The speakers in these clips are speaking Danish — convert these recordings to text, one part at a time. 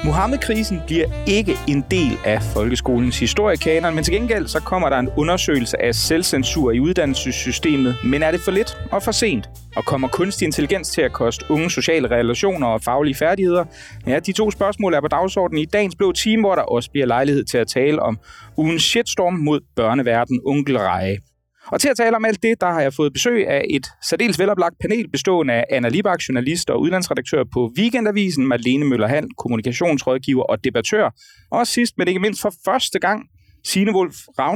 Muhammedkrisen bliver ikke en del af folkeskolens historiekanon, men til gengæld så kommer der en undersøgelse af selvcensur i uddannelsessystemet. Men er det for lidt og for sent? Og kommer kunstig intelligens til at koste unge sociale relationer og faglige færdigheder? Ja, de to spørgsmål er på dagsordenen i dagens Blå Time, hvor der også bliver lejlighed til at tale om ugens shitstorm mod børneverden Onkel Reje. Og til at tale om alt det, der har jeg fået besøg af et særdeles veloplagt panel bestående af Anna Libak, journalist og udlandsredaktør på Weekendavisen, Marlene Møller-Hall, kommunikationsrådgiver og debattør, og sidst, men ikke mindst for første gang, Signe Wolf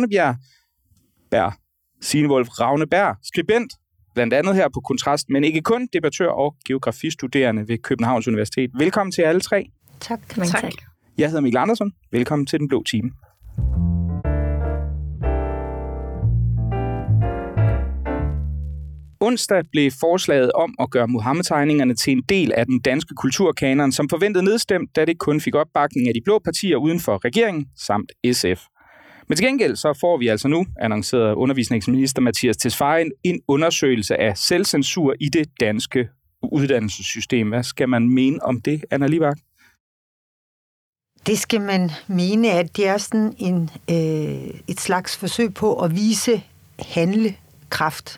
Ravneberg, skribent, blandt andet her på Kontrast, men ikke kun, debattør og geografistuderende ved Københavns Universitet. Velkommen til alle tre. Tak. Jeg hedder Mikkel Andersen. Velkommen til Den Blå Time. Onsdag blev forslaget om at gøre Muhammed-tegningerne til en del af den danske kulturkanon, som forventet nedstemt, da det kun fik opbakning af de blå partier uden for regeringen, samt SF. Men til gengæld så får vi altså nu, annonceret undervisningsminister Mattias Tesfaye, en undersøgelse af selvcensur i det danske uddannelsessystem. Hvad skal man mene om det, Anna Libak? Det skal man mene, at det er sådan et slags forsøg på at vise handlekraft,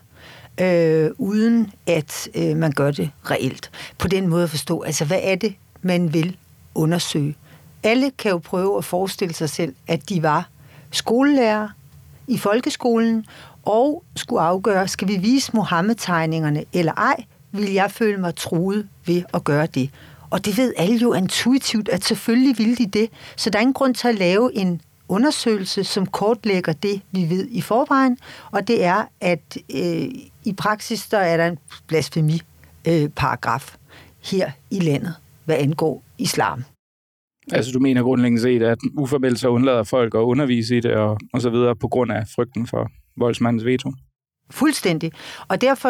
uden at man gør det reelt. På den måde at forstå, altså hvad er det, man vil undersøge? Alle kan jo prøve at forestille sig selv, at de var skolelærer i folkeskolen, og skulle afgøre, skal vi vise Muhammed-tegningerne eller ej, vil jeg føle mig truet ved at gøre det. Og det ved alle jo intuitivt, at selvfølgelig vil de det. Så der er ingen grund til at lave en undersøgelse, som kortlægger det, vi ved i forvejen, og det er, at i praksis, der er der en blasfemi-paragraf her i landet, hvad angår islam. Altså du mener grundlæggende set, at uformelt så undlader folk at undervise i det og så videre på grund af frygten for voldsmandens veto? Fuldstændig. Og derfor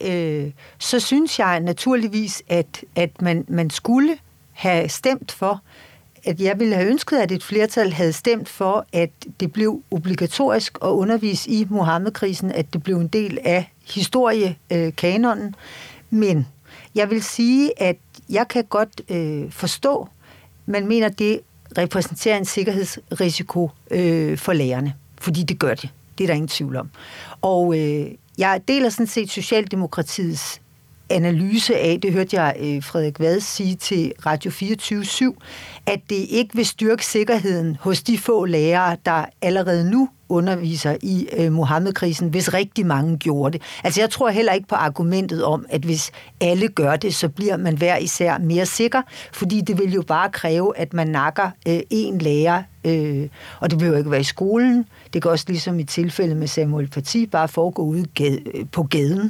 så synes jeg naturligvis, at man skulle have stemt for, at jeg ville have ønsket, at et flertal havde stemt for, at det blev obligatorisk at undervise i Muhammedkrisen, at det blev en del af historiekanonen. Men jeg vil sige, at jeg kan godt forstå, man mener, det repræsenterer en sikkerhedsrisiko for lærerne, fordi det gør det. Det er der ingen tvivl om. Og jeg deler sådan set Socialdemokratiets analyse af, det hørte jeg Frederik Vad sige til Radio 24/7, at det ikke vil styrke sikkerheden hos de få lærere, der allerede nu underviser i Muhammedkrisen, hvis rigtig mange gjorde det. Altså jeg tror heller ikke på argumentet om, at hvis alle gør det, så bliver man hver især mere sikker, fordi det vil jo bare kræve, at man nakker en lærer, og det behøver ikke være i skolen. Det kan også ligesom i tilfældet med Samuel Paty bare foregå ude på gaden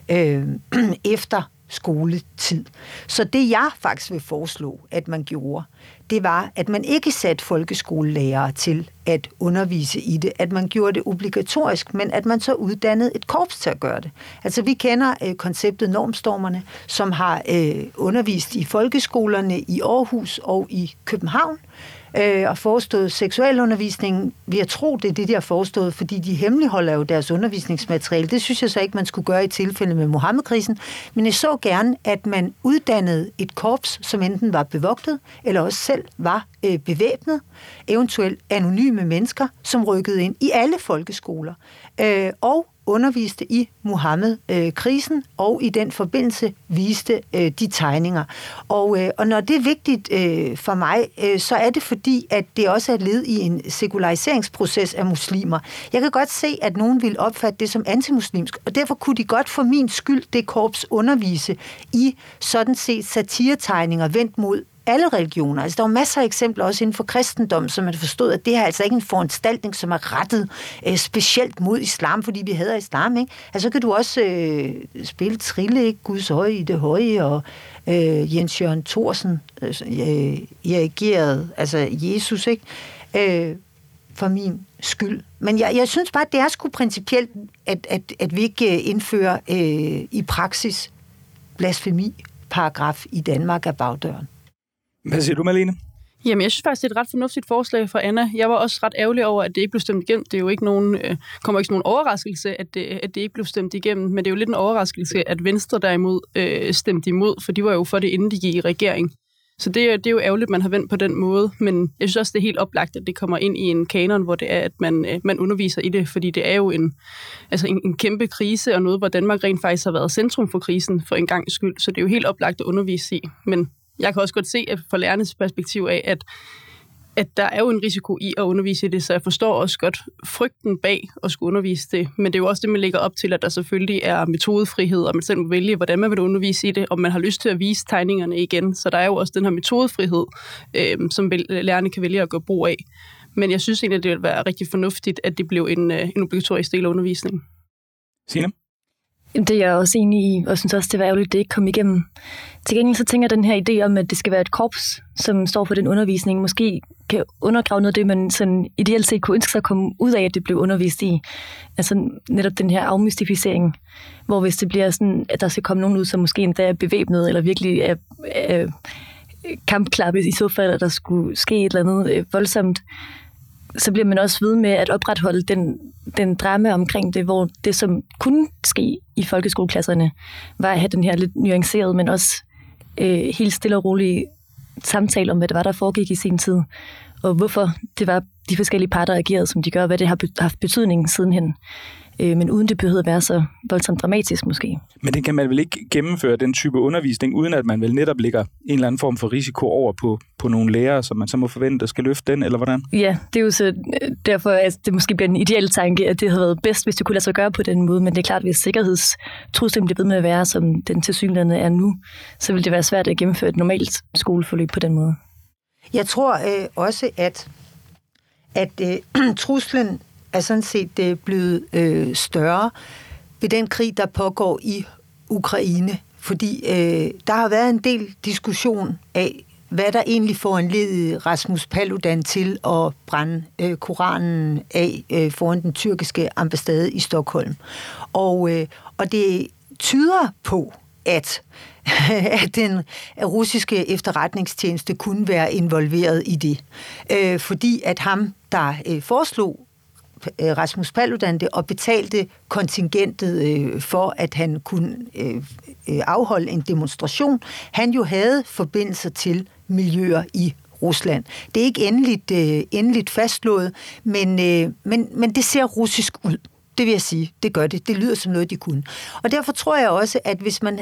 efter skoletid. Så det jeg faktisk vil foreslå, at man gjorde, det var, at man ikke satte folkeskolelærere til at undervise i det, at man gjorde det obligatorisk, men at man så uddannede et korps til at gøre det. Altså vi kender konceptet Normstormerne, som har undervist i folkeskolerne i Aarhus og i København, og forestået seksualundervisning. Vi har troet, det er det, de har forestået, fordi de hemmeligholder jo deres undervisningsmateriale. Det synes jeg så ikke, man skulle gøre i tilfælde med Muhammedkrisen. Men jeg så gerne, at man uddannede et korps, som enten var bevogtet, eller også selv var bevæbnet, eventuelt anonyme mennesker, som rykkede ind i alle folkeskoler, og underviste i Muhammed-krisen, og i den forbindelse viste de tegninger. Og når det er vigtigt for mig, så er det fordi, at det også er et led i en sekulariseringsproces af muslimer. Jeg kan godt se, at nogen vil opfatte det som antimuslimsk, og derfor kunne de godt for min skyld det korps undervise i sådan set satiretegninger vendt mod alle religioner. Altså, der er masser af eksempler også inden for kristendom, som man forstod, at det her er altså ikke en foranstaltning, som er rettet specielt mod islam, fordi vi hader islam, ikke? Altså, så kan du også spille Trille, ikke? Guds høje i det høje, og Jens Jørgen Thorsen reagerede, altså Jesus, ikke? For min skyld. Men jeg synes bare, at det er sgu principielt, at vi ikke indfører i praksis blasfemi-paragraf i Danmark af bagdøren. Hvad siger du, Marlene? Jamen, jeg synes faktisk, det er et ret fornuftigt forslag fra Anna. Jeg var også ret ærgerlig over, at det ikke blev stemt igennem. Det er jo ikke kommer ikke nogen overraskelse, at det ikke blev stemt igennem, men det er jo lidt en overraskelse, at Venstre derimod stemte imod, for de var jo for det, inden de gik i regering. Så det er jo ærgerligt, at man har vendt på den måde, men jeg synes også, det er helt oplagt, at det kommer ind i en kanon, hvor det er, at man underviser i det, fordi det er jo en kæmpe krise, og noget, hvor Danmark rent faktisk har været centrum for krisen for en gangs skyld, så det er jo helt oplagt at undervise i. Men jeg kan også godt se, at fra lærernes perspektiv af, at der er jo en risiko i at undervise i det, så jeg forstår også godt frygten bag at skulle undervise det, men det er jo også det, man lægger op til, at der selvfølgelig er metodefrihed, og man selv må vælge, hvordan man vil undervise i det, og man har lyst til at vise tegningerne igen, så der er jo også den her metodefrihed, som lærerne kan vælge at gøre brug af. Men jeg synes egentlig, at det ville være rigtig fornuftigt, at det blev en obligatorisk del af undervisningen. Signe? Det er jeg også enig i, og synes også, det var ærgerligt, at det ikke kom igennem. Til gengæld så tænker jeg, den her idé om, at det skal være et korps, som står for den undervisning, måske kan undergrave noget af det, man sådan ideelt set kunne ønske sig at komme ud af, at det blev undervist i. Altså netop den her afmystificering, hvor hvis det bliver sådan, at der skal komme nogen ud, som måske endda er bevæbnet, eller virkelig er kampklappet i så fald, at der skulle ske et eller andet voldsomt, så bliver man også ved med at opretholde den drama omkring det, hvor det, som kunne ske i folkeskoleklasserne, var at have den her lidt nuancerede, men også helt stille og rolige samtale om, hvad det var, der foregik i sin tid, og hvorfor det var de forskellige parter agerede, som de gør, hvad det har haft betydning sidenhen. Men uden det behøvede at være så voldsomt dramatisk måske. Men det kan man vel ikke gennemføre, den type undervisning, uden at man vel netop lægger en eller anden form for risiko over på nogle lærere, som man så må forvente, skal løfte den, eller hvordan? Ja, det er jo så derfor, at det måske bliver en ideel tanke, at det havde været bedst, hvis det kunne lade sig gøre på den måde, men det er klart, at hvis sikkerhedstruslen bliver ved med at være, som den tilsyneladende er nu, så vil det være svært at gennemføre et normalt skoleforløb på den måde. Jeg tror også, at truslen er sådan set blevet større ved den krig, der pågår i Ukraine. Fordi der har været en del diskussion af, hvad der egentlig foranledede Rasmus Paludan til at brænde Koranen af foran den tyrkiske ambassade i Stockholm. Og det tyder på, at den russiske efterretningstjeneste kunne være involveret i det. Fordi at ham, der foreslog Rasmus Paludan det, og betalte kontingentet for, at han kunne afholde en demonstration. Han jo havde forbindelser til miljøer i Rusland. Det er ikke endeligt fastslået, men det ser russisk ud. Det vil jeg sige. Det gør det. Det lyder som noget, de kunne. Og derfor tror jeg også, at hvis man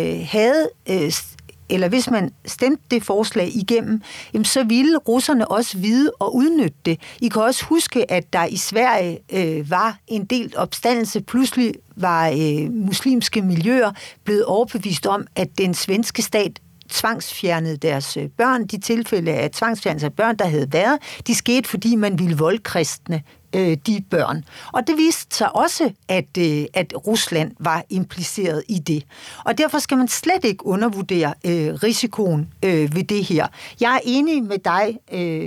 hvis man stemte det forslag igennem, jamen, så ville russerne også vide og udnytte det. I kan også huske, at der i Sverige var en del opstandelse. Pludselig var muslimske miljøer blevet overbevist om, at den svenske stat tvangsfjernede deres børn. De tilfælde af tvangsfjernelse af børn, der havde været, de skete, fordi man ville voldkristne de børn. Og det viste sig også, at Rusland var impliceret i det. Og derfor skal man slet ikke undervurdere risikoen ved det her. Jeg er enig med dig,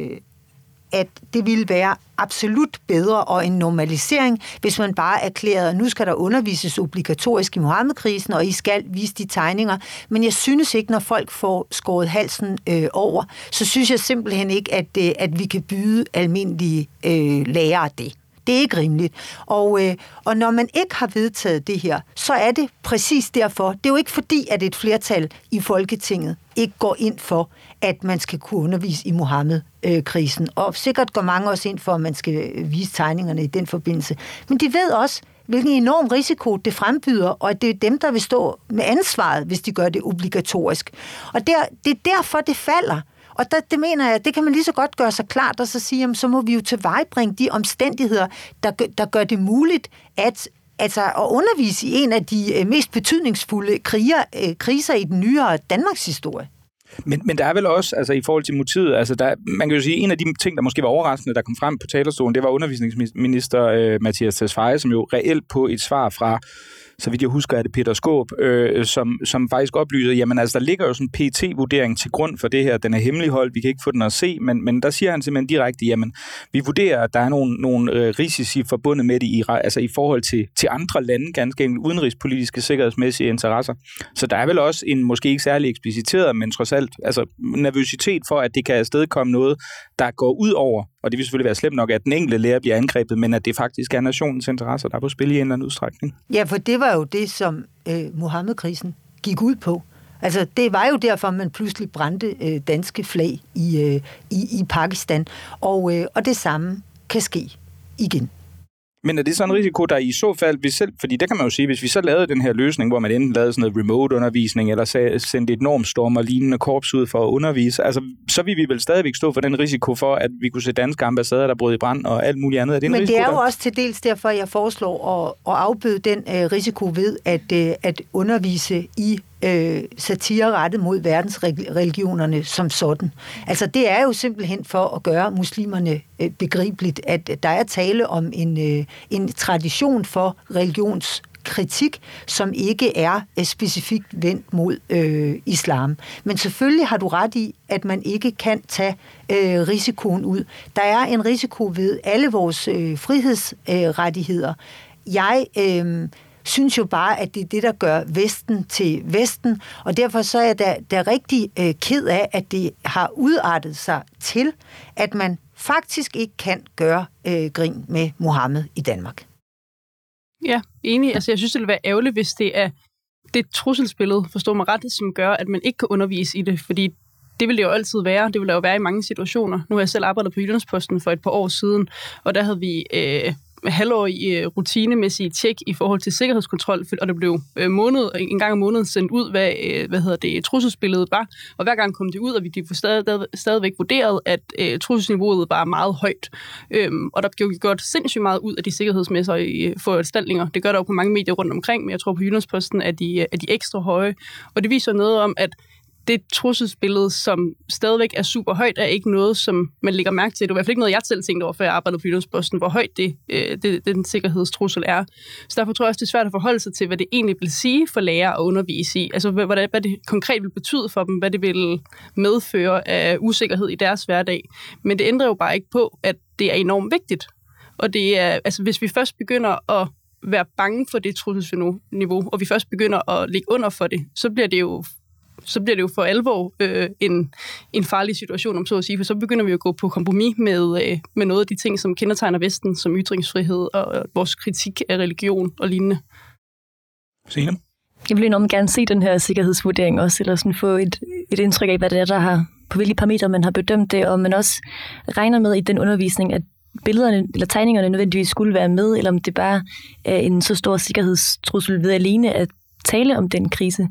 at det ville være absolut bedre og en normalisering, hvis man bare erklærede, at nu skal der undervises obligatorisk i Muhammedkrisen, og I skal vise de tegninger. Men jeg synes ikke, når folk får skåret halsen over, så synes jeg simpelthen ikke, at vi kan byde almindelige lærere det. Det er ikke rimeligt. Og når man ikke har vedtaget det her, så er det præcis derfor. Det er jo ikke fordi, at et flertal i Folketinget ikke går ind for, at man skal kunne undervise i Muhammed-krisen. Og sikkert går mange også ind for, at man skal vise tegningerne i den forbindelse. Men de ved også, hvilken enorm risiko det frembyder, og at det er dem, der vil stå med ansvaret, hvis de gør det obligatorisk. Og det er derfor, det falder. Og det mener jeg, det kan man lige så godt gøre sig klart, og så sige, jamen, så må vi jo tilvejebringe de omstændigheder, der gør det muligt at undervise i en af de mest betydningsfulde kriser i den nyere Danmarks historie. Men der er vel også, altså i forhold til motivet, altså man kan jo sige, en af de ting, der måske var overraskende, der kom frem på talerstolen, det var undervisningsminister Mattias Tesfaye, som jo reelt på et svar fra, så vidt jeg husker, er det Peter Skaarup, som faktisk oplyser, jamen altså, der ligger jo sådan en PT-vurdering til grund for det her. Den er hemmeligholdt, vi kan ikke få den at se, men der siger han simpelthen direkte, jamen, vi vurderer, at der er nogle risici forbundet med det i forhold til andre lande, ganske enkelt udenrigspolitiske, sikkerhedsmæssige interesser. Så der er vel også en måske ikke særlig ekspliciteret, men trods alt, altså nervøsitet for, at det kan afstedkomme noget, der går ud over, og det vil selvfølgelig være slemt nok, at den enkelte lærer bliver angrebet, men at det faktisk er nationens interesser, der er på spil i en eller anden udstrækning. Ja, for det var jo det, som Muhammed-krisen gik ud på. Altså, det var jo derfor, man pludselig brændte danske flag i Pakistan. Og det samme kan ske igen. Men er det sådan en risiko, der i så fald, fordi det kan man jo sige, hvis vi så lavede den her løsning, hvor man enten lavede sådan noget remote-undervisning, eller sendte et normstorm og lignende korps ud for at undervise, altså, så vil vi vel stadigvæk stå for den risiko for, at vi kunne se danske ambassader, der brød i brand og alt muligt andet. Er det en Men risiko, det er jo også til dels derfor, jeg foreslår at afbøde den risiko ved at undervise i satire rettet mod verdensreligionerne som sådan. Altså det er jo simpelthen for at gøre muslimerne begribeligt, at der er tale om en tradition for religionskritik, som ikke er specifikt vendt mod islam. Men selvfølgelig har du ret i, at man ikke kan tage risikoen ud. Der er en risiko ved alle vores frihedsrettigheder. Jeg synes jo bare, at det er det, der gør Vesten til Vesten, og derfor så er jeg da rigtig ked af, at det har udartet sig til, at man faktisk ikke kan gøre grin med Mohammed i Danmark. Ja, enig. Altså, jeg synes, det ville være ærgerligt, hvis det er det trusselsbillede, forstår mig ret, som gør, at man ikke kan undervise i det, fordi det vil det jo altid være. Det vil der jo være i mange situationer. Nu har jeg selv arbejdet på Jyllandsposten for et par år siden, og der havde vi halvårige rutinemæssige tjek i forhold til sikkerhedskontrol, og det blev en gang om måneden sendt ud, hvad trusselsbilledet var, og hver gang kom det ud, og vi stadigvæk vurderet, at trusselsniveauet var meget højt. Og der blev gjort sindssygt meget ud af de sikkerhedsmæssige foranstaltninger. Det gør der jo på mange medier rundt omkring, men jeg tror på Jyllandsposten er de ekstra høje. Og det viser noget om, at det trusselsbillede, som stadigvæk er super højt, er ikke noget, som man lægger mærke til. Det var i hvert fald ikke noget, jeg selv tænkte over, før jeg arbejdede på Jyllandsposten, hvor højt den sikkerhedstrussel er. Så derfor tror jeg også, det er svært at forholde sig til, hvad det egentlig vil sige for lærere at undervise i. Altså, hvad det konkret vil betyde for dem, hvad det vil medføre af usikkerhed i deres hverdag. Men det ændrer jo bare ikke på, at det er enormt vigtigt. Og det er, altså, hvis vi først begynder at være bange for det trusselsniveau, og vi først begynder at ligge under for det, så bliver det jo for alvor en farlig situation, om så at sige, for så begynder vi at gå på kompromis med noget af de ting, som kendetegner Vesten, som ytringsfrihed og vores kritik af religion og lignende. Signe? Jeg vil enormt gerne se den her sikkerhedsvurdering også, eller sådan få et indtryk af, hvad det er, der har, på hvilke parametre man har bedømt det, og man også regner med i den undervisning, at billederne eller tegningerne nødvendigvis skulle være med, eller om det bare er en så stor sikkerhedstrussel ved alene at tale om den krise.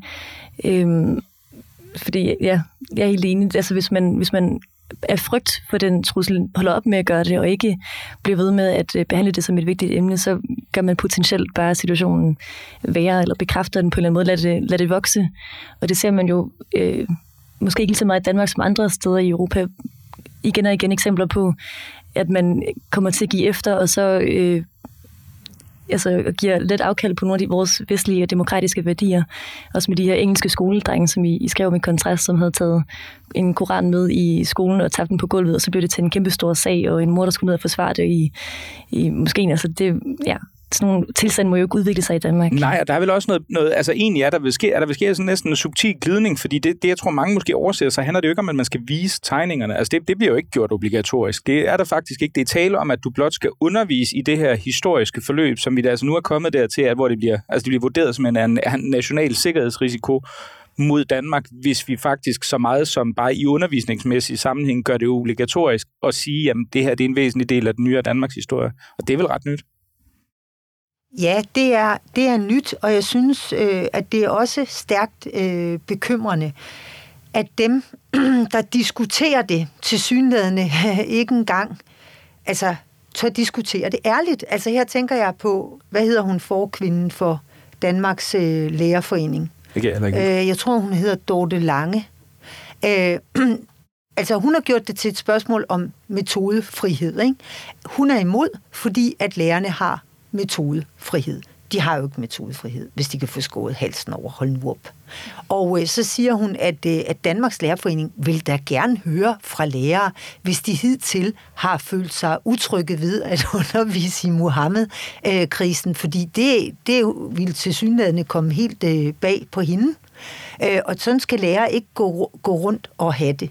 Fordi ja, jeg er helt enig. Altså hvis man er frygt for den trussel, holder op med at gøre det, og ikke bliver ved med at behandle det som et vigtigt emne, så gør man potentielt bare situationen værre, eller bekræfter den på en eller anden måde, lad det vokse. Og det ser man jo måske ikke lige så meget i Danmark som andre steder i Europa. Igen og igen eksempler på, at man kommer til at give efter, og så giver lidt afkald på nogle af vores vestlige og demokratiske værdier. Også med de her engelske skoledrenge, som I skrev med kontrast, som havde taget en koran med i skolen og tabt den på gulvet, og så blev det til en kæmpe stor sag, og en mor, der skulle ned og forsvare det i moskeen. Altså det, ja, sådan nogle tilstande må jo ikke udvikle sig i Danmark. Nej, og der er vel også noget altså egentlig der vil ske sådan næsten en subtil glidning, fordi det jeg tror mange måske overser, så handler det jo ikke om, at man skal vise tegningerne. Altså det bliver jo ikke gjort obligatorisk. Det er der faktisk ikke. Det er tale om, at du blot skal undervise i det her historiske forløb, som vi da altså nu er kommet dertil, at hvor det bliver vurderet som en national sikkerhedsrisiko mod Danmark, hvis vi faktisk så meget som bare i undervisningsmæssig sammenhæng gør det obligatorisk at sige, at det her det er en væsentlig del af den nyere Danmarks historie. Og det er vel ret nyt. Ja, det er nyt, og jeg synes, at det er også stærkt bekymrende, at dem, der diskuterer det tilsyneladende ikke engang, altså tør diskutere det ærligt. Altså her tænker jeg på, hvad hedder hun forkvinden for Danmarks Lærerforening? Jeg tror, hun hedder Dorte Lange. Altså, hun har gjort det til et spørgsmål om metodefrihed, ikke? Hun er imod, fordi at lærerne har metodefrihed. De har jo ikke metodefrihed, hvis de kan få skåret halsen over. Hold nu op. Og så siger hun, at Danmarks Lærerforening vil da gerne høre fra lærere, hvis de hidtil har følt sig utrygge ved at undervise i Mohammed-krisen, fordi det vil tilsyneladende komme helt bag på hende. Og sådan skal lærere ikke gå rundt og have det.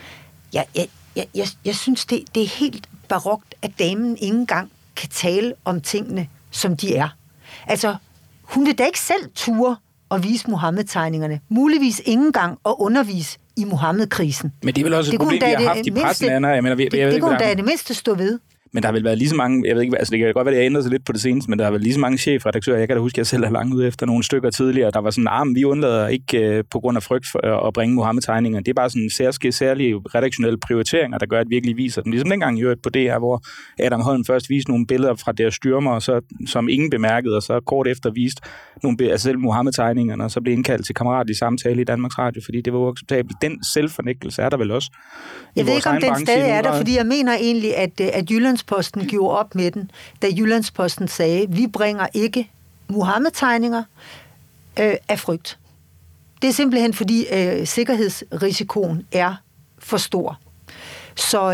Jeg synes, det er helt barokt, at damen ikke engang kan tale om tingene, som de er. Altså, hun vil da ikke selv ture at vise Muhammed-tegningerne. Muligvis ikke engang at undervise i Muhammed-krisen. Men det er vel også et problem, vi har haft i pressen, Anna. Det kunne da det mindste stå ved. Men der har vel været lige så mange, jeg ved ikke, altså det kan godt være, det har ændret sig lidt på det seneste, men der har vel lige så mange chefredaktører. Jeg kan da huske, at jeg selv har langt ude efter nogle stykker tidligere, der var sådan, vi undlader ikke på grund af frygt for at bringe Muhammed-tegninger. Det er bare sådan særlige redaktionelle prioriteringer, der gør, at vi virkelig viser dem. Ligesom dengang i øvrigt på DR, hvor Adam Holm først viste nogle billeder fra deres styrmer, og så, som ingen bemærkede, og så kort efter viste nogle af selv Muhammed-tegningerne, og så blev indkaldt til kammeratlig samtale i Danmarks Radio, fordi det var uacceptabelt. Den selvfornægtelse er der vel også. Jeg ved ikke, om den stadig er der, fordi jeg mener egentlig, at Jyllandsposten gjorde op med den, da Jyllandsposten sagde, vi bringer ikke Muhammed-tegninger af frygt. Det er simpelthen, fordi sikkerhedsrisikoen er for stor. Så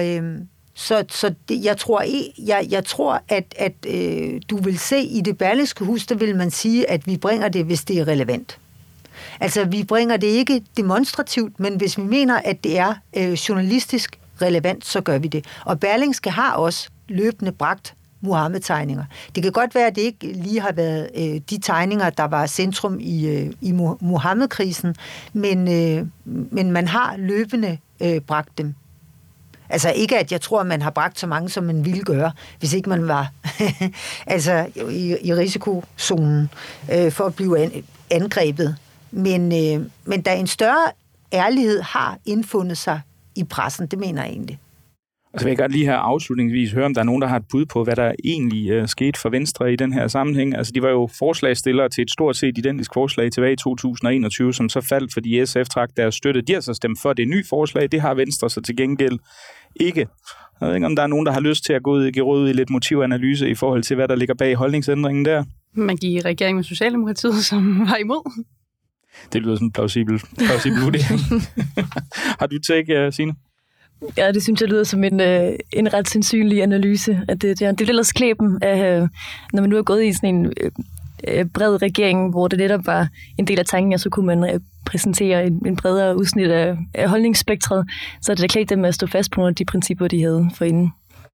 jeg tror, at du vil se i det Berlingske Hus, der vil man sige, at vi bringer det, hvis det er relevant. Altså, vi bringer det ikke demonstrativt, men hvis vi mener, at det er journalistisk relevant, så gør vi det. Og Berlingske har også løbende bragt Muhammed-tegninger. Det kan godt være, at det ikke lige har været de tegninger, der var centrum i Muhammed-krisen, men man har løbende bragt dem. Altså ikke, at jeg tror, at man har bragt så mange, som man ville gøre, hvis ikke man var altså i risikozonen for at blive angrebet. Men der en større ærlighed har indfundet sig i pressen, det mener jeg egentlig. Og så vil jeg godt lige her afslutningsvis høre, om der er nogen, der har et bud på, hvad der egentlig skete for Venstre i den her sammenhæng. Altså, de var jo forslagsstillere til et stort set identisk forslag tilbage i 2021, som så faldt, fordi SF trak deres støtte. De har så stemt for det nye forslag. Det har Venstre så til gengæld ikke. Jeg ved ikke, om der er nogen, der har lyst til at give råd i lidt motivanalyse i forhold til, hvad der ligger bag holdningsændringen der. Man giver regeringen med Socialdemokratiet, som var imod. Det lyder sådan en plausibel vurdering. Har du tænkt, Signe? Ja, det synes jeg lyder som en ret sandsynlig analyse. At det er ellers klæben, når man nu er gået i sådan en bred regering, hvor det netop var en del af tanken, og så kunne man præsentere en bredere udsnit af holdningsspektret, så er det da klædt dem med at stå fast på nogle af de principper, de havde forinden.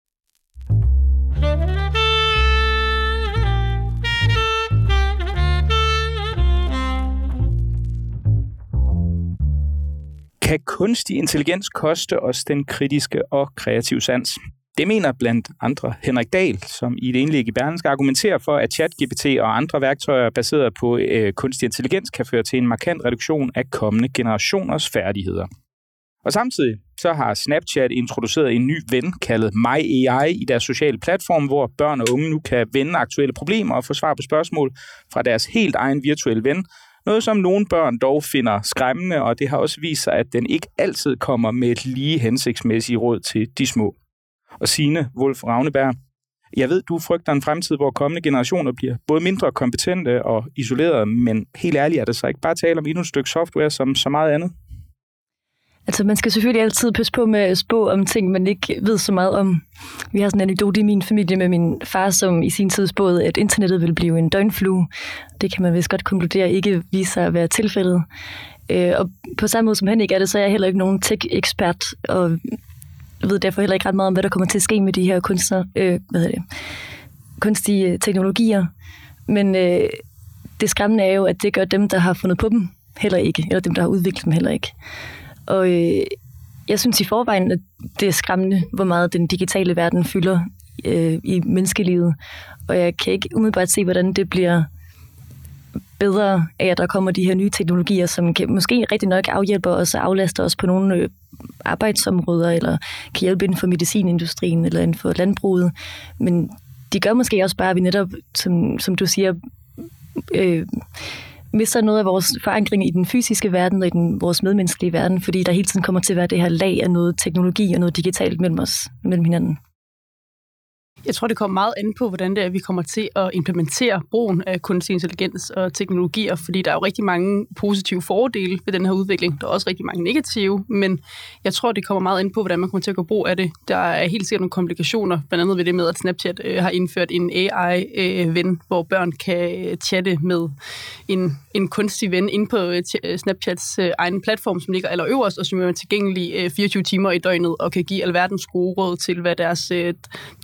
Kan kunstig intelligens koste os den kritiske og kreative sans? Det mener blandt andre Henrik Dahl, som i et indlæg i Berlingske argumenterer for, at ChatGPT og andre værktøjer baseret på kunstig intelligens kan føre til en markant reduktion af kommende generationers færdigheder. Og samtidig så har Snapchat introduceret en ny ven kaldet MyAI i deres sociale platform, hvor børn og unge nu kan vende aktuelle problemer og få svar på spørgsmål fra deres helt egen virtuelle ven. Noget, som nogle børn dog finder skræmmende, og det har også vist sig, at den ikke altid kommer med et lige hensigtsmæssigt råd til de små. Og Signe Wolf Ravneberg, jeg ved, du frygter en fremtid, hvor kommende generationer bliver både mindre kompetente og isolerede, men helt ærligt er det så ikke bare tale om endnu et stykke software som så meget andet? Altså, man skal selvfølgelig altid passe på med at spå om ting, man ikke ved så meget om. Vi har sådan en anekdote i min familie med min far, som i sin tid spåede, at internettet ville blive en døgnflue. Det kan man vist godt konkludere ikke vise sig at være tilfældet. Og på samme måde som han ikke er det, så er jeg heller ikke nogen tech-ekspert, og ved derfor heller ikke ret meget om, hvad der kommer til at ske med de her kunstige teknologier. Men det skræmmende er jo, at det gør dem, der har fundet på dem, heller ikke, eller dem, der har udviklet dem, heller ikke. Og jeg synes i forvejen, at det er skræmmende, hvor meget den digitale verden fylder i menneskelivet. Og jeg kan ikke umiddelbart se, hvordan det bliver bedre af, at der kommer de her nye teknologier, som kan måske rigtig nok afhjælpe os og aflaster os på nogle arbejdsområder, eller kan hjælpe inden for medicinindustrien eller inden for landbruget. Men de gør måske også bare, at vi netop, som du siger, mister noget af vores forankring i den fysiske verden og i vores medmenneskelige verden, fordi der hele tiden kommer til at være det her lag af noget teknologi og noget digitalt mellem hinanden. Jeg tror, det kommer meget an på, hvordan det er, vi kommer til at implementere brugen af kunstig intelligens og teknologier, fordi der er jo rigtig mange positive fordele ved den her udvikling. Der er også rigtig mange negative, men jeg tror, det kommer meget an på, hvordan man kommer til at gøre brug af det. Der er helt sikkert nogle komplikationer, blandt andet ved det med, at Snapchat har indført en AI-ven, hvor børn kan chatte med en kunstig ven inde på Snapchats egen platform, som ligger allerøverst, og som er tilgængelig 24 timer i døgnet, og kan give alverdens gode råd til, hvad deres drinks til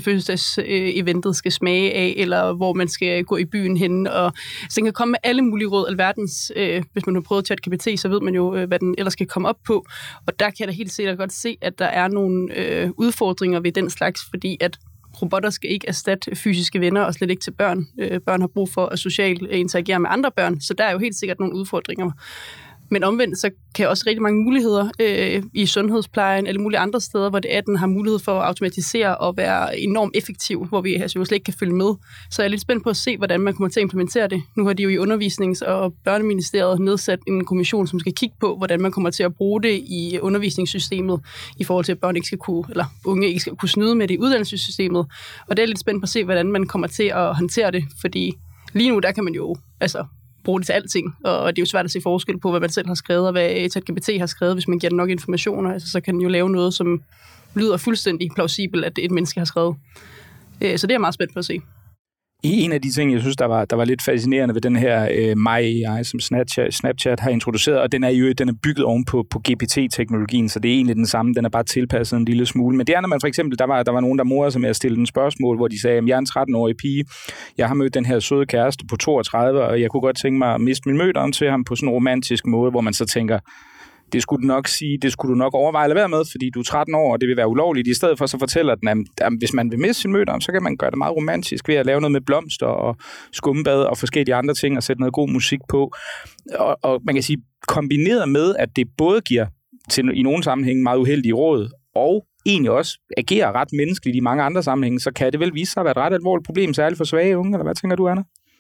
fødselsdags-eventet skal smage af, eller hvor man skal gå i byen hen. Og så den kan komme med alle mulige råd, alverdens. Hvis man har prøvet ChatGPT, så ved man jo, hvad den ellers skal komme op på. Og der kan jeg da helt sikkert godt se, at der er nogle udfordringer ved den slags, fordi at robotter skal ikke erstatte fysiske venner, og slet ikke til børn. Børn har brug for at socialt interagere med andre børn, så der er jo helt sikkert nogle udfordringer. Men omvendt, så kan også rigtig mange muligheder i sundhedsplejen, eller mulige andre steder, hvor det er, at den har mulighed for at automatisere og være enormt effektiv, hvor vi slet ikke kan følge med. Så jeg er lidt spændt på at se, hvordan man kommer til at implementere det. Nu har de jo i Undervisnings- og Børneministeriet nedsat en kommission, som skal kigge på, hvordan man kommer til at bruge det i undervisningssystemet, i forhold til, at børn ikke skal kunne, eller unge ikke skal kunne snyde med det i uddannelsessystemet. Og det er lidt spændt på at se, hvordan man kommer til at håndtere det, fordi lige nu, der kan man jo bruge det til alting, og det er jo svært at se forskel på, hvad man selv har skrevet, og hvad ChatGPT har skrevet, hvis man giver den nok informationer, så kan den jo lave noget, som lyder fuldstændig plausibelt, at et menneske har skrevet. Så det er jeg meget spændt på at se. En af de ting, jeg synes, der var lidt fascinerende ved den her MyAI, som Snapchat har introduceret, og den er bygget oven på GPT-teknologien, så det er egentlig den samme, den er bare tilpasset en lille smule. Men det er, når man for eksempel, der var nogen, der morede sig med at stille en spørgsmål, hvor de sagde, at jeg er en 13-årig pige, jeg har mødt den her søde kæreste på 32, og jeg kunne godt tænke mig at miste min møde om til ham på sådan en romantisk måde, hvor man så tænker, det skulle du nok overveje at lade være med, fordi du er 13 år, og det vil være ulovligt. I stedet for så fortæller den, at hvis man vil miste sin mødom, så kan man gøre det meget romantisk ved at lave noget med blomster og skummebad og forskellige andre ting og sætte noget god musik på. Og man kan sige, kombineret med, at det både giver til i nogle sammenhænge meget uheldige råd, og egentlig også agerer ret menneskeligt i mange andre sammenhænge, så kan det vel vise sig at være et ret alvorligt problem, særligt for svage unge, eller hvad tænker du, Anna?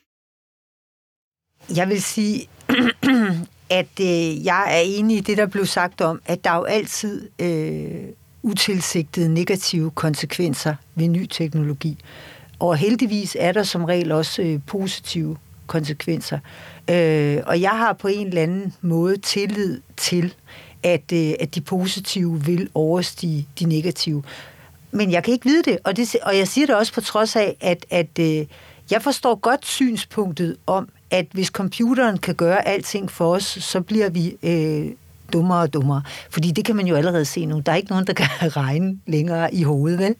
Jeg vil sige, at jeg er enig i det, der blev sagt om, at der er jo altid utilsigtede negative konsekvenser ved ny teknologi. Og heldigvis er der som regel også positive konsekvenser. Og jeg har på en eller anden måde tillid til, at de positive vil overstige de negative. Men jeg kan ikke vide det, og jeg siger det også på trods af, at jeg forstår godt synspunktet om, at hvis computeren kan gøre alting for os, så bliver vi dummere og dummere. Fordi det kan man jo allerede se nu. Der er ikke nogen, der kan regne længere i hovedet, vel?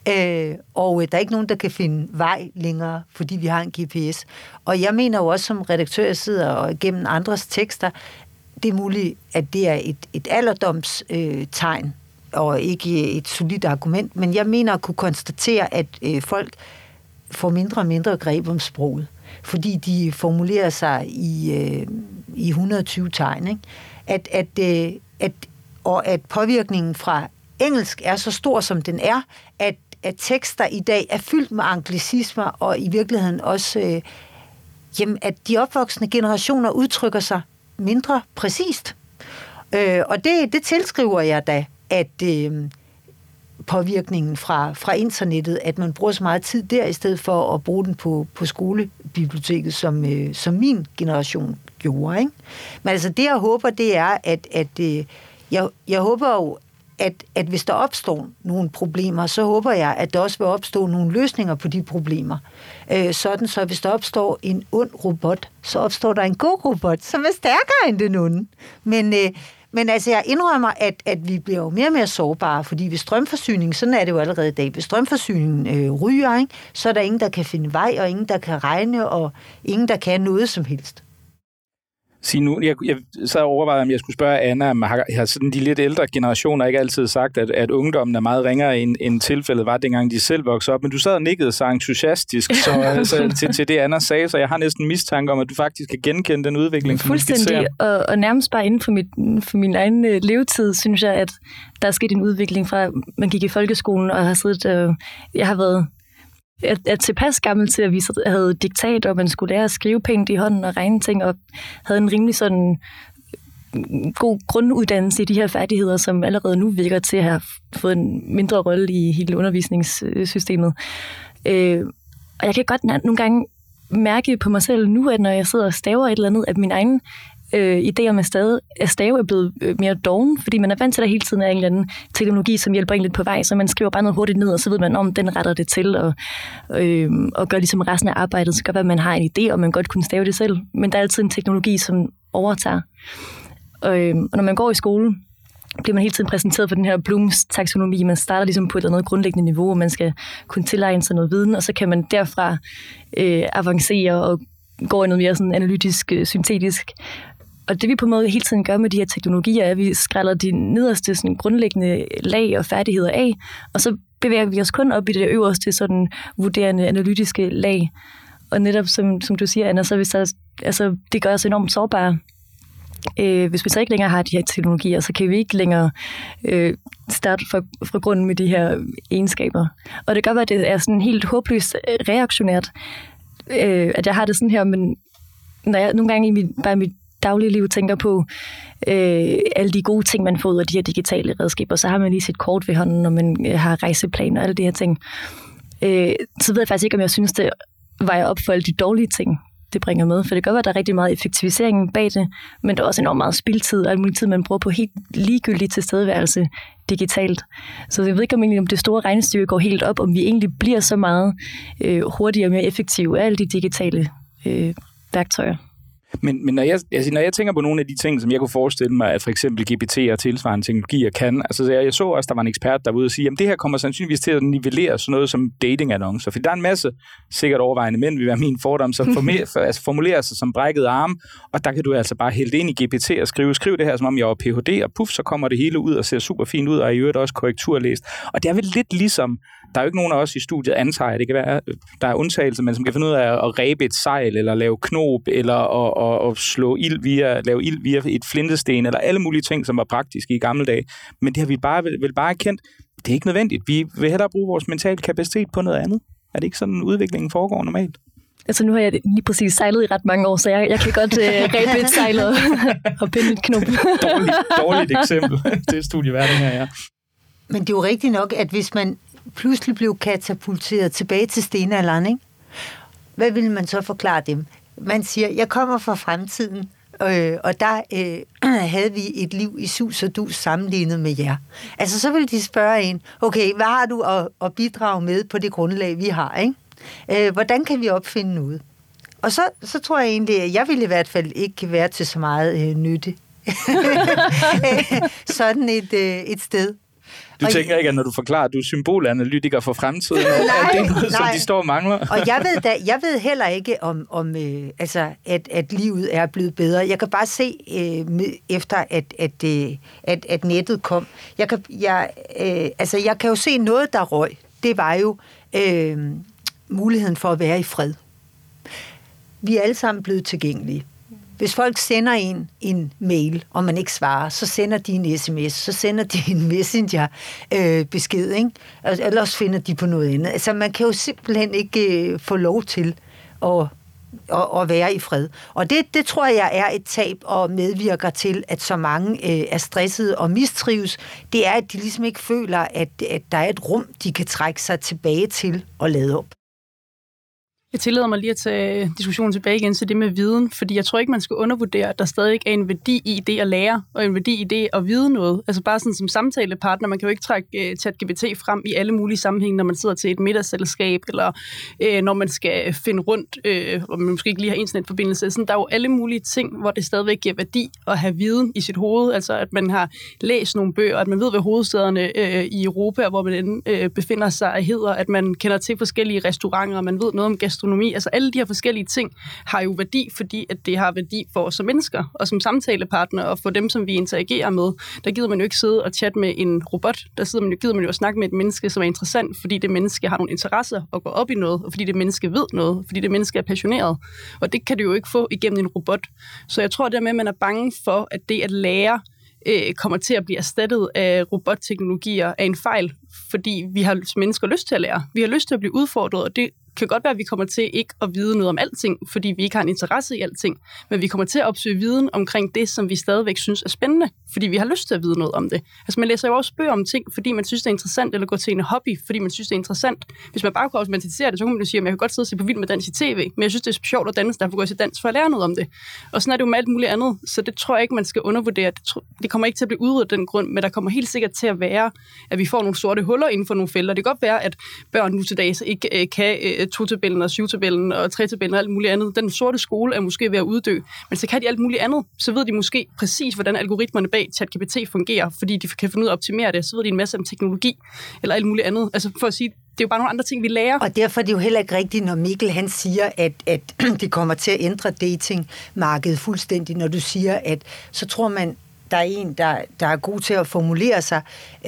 Og der er ikke nogen, der kan finde vej længere, fordi vi har en GPS. Og jeg mener jo også som redaktør, jeg sidder og gennem andres tekster, det er muligt, at det er et alderdomstegn, og ikke et solidt argument, men jeg mener at kunne konstatere, at folk får mindre og mindre greb om sproget, fordi de formulerer sig i 120 tegn, ikke? At påvirkningen fra engelsk er så stor, som den er, at tekster i dag er fyldt med anglicismer, og i virkeligheden også, at de opvoksende generationer udtrykker sig mindre præcist. Og det tilskriver jeg da, at påvirkningen fra internettet, at man bruger så meget tid der, i stedet for at bruge den på skolebiblioteket, som min generation gjorde, ikke? Men altså det, jeg håber, det er, jeg håber jo, at hvis der opstår nogle problemer, så håber jeg, at der også vil opstå nogle løsninger på de problemer. Sådan så, hvis der opstår en ond robot, så opstår der en god robot, som er stærkere end den onde. Men altså, jeg indrømmer, at vi bliver jo mere og mere sårbare, fordi ved strømforsyning, sådan er det jo allerede i dag, hvis strømforsyningen ryger, ikke, så er der ingen, der kan finde vej, og ingen, der kan regne, og ingen, der kan noget som helst. Sig nu, jeg sad og overvejede, om jeg skulle spørge Anna, om har sådan de lidt ældre generationer ikke altid sagt, at ungdommen er meget ringere, end tilfældet var, dengang de selv voksede op. Men du sad og nikkede så entusiastisk til det, Anna sagde, så jeg har næsten mistanke om, at du faktisk kan genkende den udvikling, som du skitserer. Fuldstændig, og nærmest bare inden for min egen levetid, synes jeg, at der er sket en udvikling fra, man gik i folkeskolen og har siddet, jeg har været er tilpas gammel til, at vi havde diktat, og man skulle lære at skrive pænt i hånden og regne ting, og havde en rimelig sådan god grunduddannelse i de her færdigheder, som allerede nu virker til at have fået en mindre rolle i hele undervisningssystemet. Og jeg kan godt nogle gange mærke på mig selv nu, at når jeg sidder og staver et eller andet, at min egen idéer med stave er blevet mere doven, fordi man er vant til, at der hele tiden er en eller anden teknologi, som hjælper en lidt på vej, så man skriver bare noget hurtigt ned, og så ved man, om den retter det til, og gør ligesom resten af arbejdet, så gør at man har en idé, og man godt kunne stave det selv, men der er altid en teknologi, som overtager. Og når man går i skole, bliver man hele tiden præsenteret for den her Blooms taksonomi. Man starter ligesom på et eller andet grundlæggende niveau, og man skal kunne tilegne sig noget viden, og så kan man derfra avancere og gå i noget mere sådan analytisk, syntetisk. Og det vi på en måde hele tiden gør med de her teknologier, er, at vi skræller de nederste sådan, grundlæggende lag og færdigheder af, og så bevæger vi os kun op i det øverste sådan vurderende analytiske lag. Og netop som du siger, Anna, så det gør os enormt sårbare. Hvis vi så ikke længere har de her teknologier, så kan vi ikke længere starte fra grunden med de her egenskaber. Og det kan godt være, at det er sådan helt håbløst reaktionært, at jeg har det sådan her, men når jeg nogle gange i mit daglige liv tænker på alle de gode ting, man får ud af de her digitale redskaber, så har man lige sit kort ved hånden, når man har rejseplaner og alle de her ting. Så ved jeg faktisk ikke, om jeg synes, det vejer op for alle de dårlige ting, det bringer med. For det kan godt være, at der er rigtig meget effektivisering bag det, men der er også enormt meget spildtid og al mulig tid, man bruger på helt ligegyldig tilstedeværelse digitalt. Så jeg ved ikke, om det store regnestykke går helt op, om vi egentlig bliver så meget hurtigere og mere effektive af alle de digitale værktøjer. Men når jeg tænker på nogle af de ting, som jeg kunne forestille mig, at for eksempel GPT og tilsvarende teknologier kan, altså jeg så også, der var en ekspert derude og sige, at det her kommer sandsynligvis til at nivellere sådan noget som datingannoncer, for der er en masse sikkert overvejende mænd, vil være min fordom, som formulerer sig som brækket arm, og der kan du altså bare hælde ind i GPT og skrive det her, som om jeg var Ph.D., og puff, så kommer det hele ud og ser super fint ud, og i øvrigt også korrekturlæst. Og det er vel lidt ligesom, der er jo ikke nogen af os i studiet antager, det kan være, der er undtagelser, men som kan finde ud af at ræbe et sejl, eller lave knob, eller at lave ild via et flintesten, eller alle mulige ting, som var praktiske i gamle dage. Men det har vi bare erkendt. Det er ikke nødvendigt. Vi vil hellere bruge vores mentale kapacitet på noget andet. Er det ikke sådan, udviklingen foregår normalt? Altså nu har jeg lige præcis sejlet i ret mange år, så jeg kan godt ræbe et sejl og binde et knop. Dårligt eksempel til studieverden her, ja. Men det er jo rigtigt nok, at hvis man pludselig blev katapulteret tilbage til stenalderen, ikke? Hvad vil man så forklare dem? Man siger, jeg kommer fra fremtiden, og der havde vi et liv i sus og dus sammenlignet med jer. Altså, så vil de spørge en, okay, hvad har du at bidrage med på det grundlag, vi har, ikke? Hvordan kan vi opfinde noget? Og så tror jeg egentlig, at jeg vil i hvert fald ikke være til så meget nytte. Sådan et sted. Du tænker ikke, at når du forklarer, at du er symbolanalytiker for fremtiden, at det er noget, som de står og mangler? Og jeg ved heller ikke, om at livet er blevet bedre. Jeg kan bare se, efter at nettet kom. Jeg kan jo se noget, der røg. Det var jo muligheden for at være i fred. Vi er alle sammen blevet tilgængelige. Hvis folk sender en mail, og man ikke svarer, så sender de en sms, så sender de en messenger-besked, ikke? Ellers finder de på noget andet. Altså, man kan jo simpelthen ikke få lov til at være i fred. Og det tror jeg er et tab og medvirker til, at så mange er stressede og mistrives. Det er, at de ligesom ikke føler, at der er et rum, de kan trække sig tilbage til og lade op. Jeg tillader mig lige at tage diskussionen tilbage igen til det med viden, fordi jeg tror ikke, man skal undervurdere, at der stadig er en værdi i det at lære, og en værdi i det at vide noget. Altså bare sådan som samtalepartner, man kan jo ikke trække ChatGPT frem i alle mulige sammenhænge, når man sidder til et middagsselskab, eller når man skal finde rundt, og man måske ikke lige har internetforbindelse. Sådan, der er jo alle mulige ting, hvor det stadigvæk giver værdi at have viden i sit hoved, altså at man har læst nogle bøger, at man ved, hvad hovedstederne i Europa, hvor man befinder sig, hedder, at man kender til forskellige restauranter, og man ved noget om gastronomi. Altså alle de her forskellige ting har jo værdi, fordi at det har værdi for os som mennesker, og som samtalepartner, og for dem, som vi interagerer med. Der gider man jo ikke sidde og chatte med en robot. Gider man jo at snakke med et menneske, som er interessant, fordi det menneske har nogle interesser og går op i noget, og fordi det menneske ved noget, fordi det menneske er passioneret. Og det kan du jo ikke få igennem en robot. Så jeg tror dermed, at man er bange for, at det at lære kommer til at blive erstattet af robotteknologier er en fejl, fordi vi har som mennesker lyst til at lære. Vi har lyst til at blive udfordret, og det kan godt være, at vi kommer til ikke at vide noget om alting, fordi vi ikke har en interesse i alting, men vi kommer til at opsøge viden omkring det, som vi stadigvæk synes er spændende, fordi vi har lyst til at vide noget om det. Altså man læser jo også bøger om ting, fordi man synes, det er interessant, eller går til en hobby, fordi man synes, det er interessant. Hvis man bare kunne automatisere det, så kunne man jo sige, at jeg kan godt sidde og se på Vild med Dans i tv, men jeg synes, det er sjovt at danse, derfor går jeg til dans for at lære noget om det. Og sådan er det jo med alt muligt andet, så det tror jeg ikke, man skal undervurdere. Det kommer ikke til at blive udryddet af den grund, men der kommer helt sikkert til at være, at vi får nogle sorte huller inden for nogle felter. Det kan godt være, at børn nu til dags ikke kan 2-tabellen og 7-tabellen og 3-tabellen og alt muligt andet. Den sorte skole er måske ved at uddø, men så kan de alt muligt andet. Så ved de måske præcis, hvordan algoritmerne bag ChatGPT fungerer, fordi de kan finde ud af at optimere det. Så ved de en masse om teknologi eller alt muligt andet. Altså for at sige, det er jo bare nogle andre ting, vi lærer. Og derfor er det jo heller ikke rigtigt, når Mikkel han siger, at det kommer til at ændre datingmarkedet fuldstændig. Når du siger, at så tror man, der er en, der er god til at formulere sig,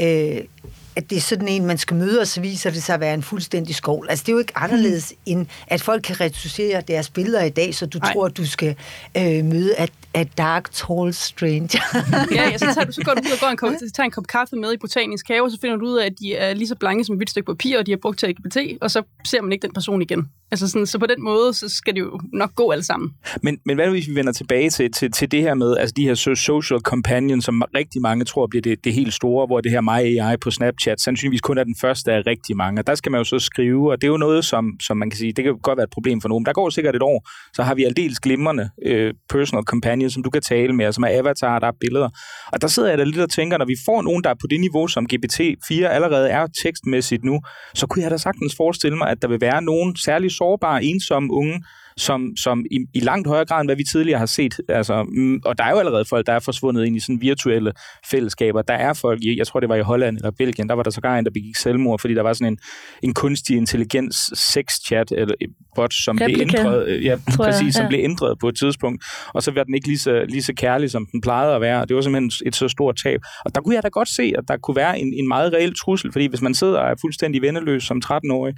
at det er sådan en, man skal møde, og så viser det sig at være en fuldstændig skovl. Altså, det er jo ikke anderledes, end at folk kan reducere deres billeder i dag, så du tror, at du skal møde a dark, tall stranger. Ja, så går du ud og tager en kop kaffe med i Botanisk Have, og så finder du ud af, at de er lige så blanke som et hvidt stykke papir, og de har brugt ChatGPT, og så ser man ikke den person igen. Altså sådan, så på den måde, så skal det jo nok gå alle sammen. Men hvad hvis vi vender tilbage til det her med, altså de her social companions, som rigtig mange tror bliver det helt store, hvor det her MyAI på Snapchat sandsynligvis kun er den første af rigtig mange. Og der skal man jo så skrive, og det er jo noget, som man kan sige, det kan godt være et problem for nogen. Der går sikkert et år, så har vi aldeles glimrende personal companions, som du kan tale med, som er avatar, der er billeder. Og der sidder jeg da lidt og tænker, når vi får nogen, der er på det niveau, som GPT-4 allerede er tekstmæssigt nu, så kunne jeg da sagtens forestille mig, at der vil være nogen særlig sårbare, ensomme unge, som i langt højere grad, end hvad vi tidligere har set. Altså, og der er jo allerede folk, der er forsvundet ind i sådan virtuelle fællesskaber. Der er folk, jeg tror det var i Holland eller Belgien, der var der sågar en, der begik selvmord, fordi der var sådan en kunstig intelligens sex-chat, eller bot, som blev ændret, som blev ændret på et tidspunkt, og så var den ikke lige så kærlig, som den plejede at være, og det var simpelthen et så stort tab. Og der kunne jeg da godt se, at der kunne være en meget reel trussel, fordi hvis man sidder og er fuldstændig venneløs som 13-årig,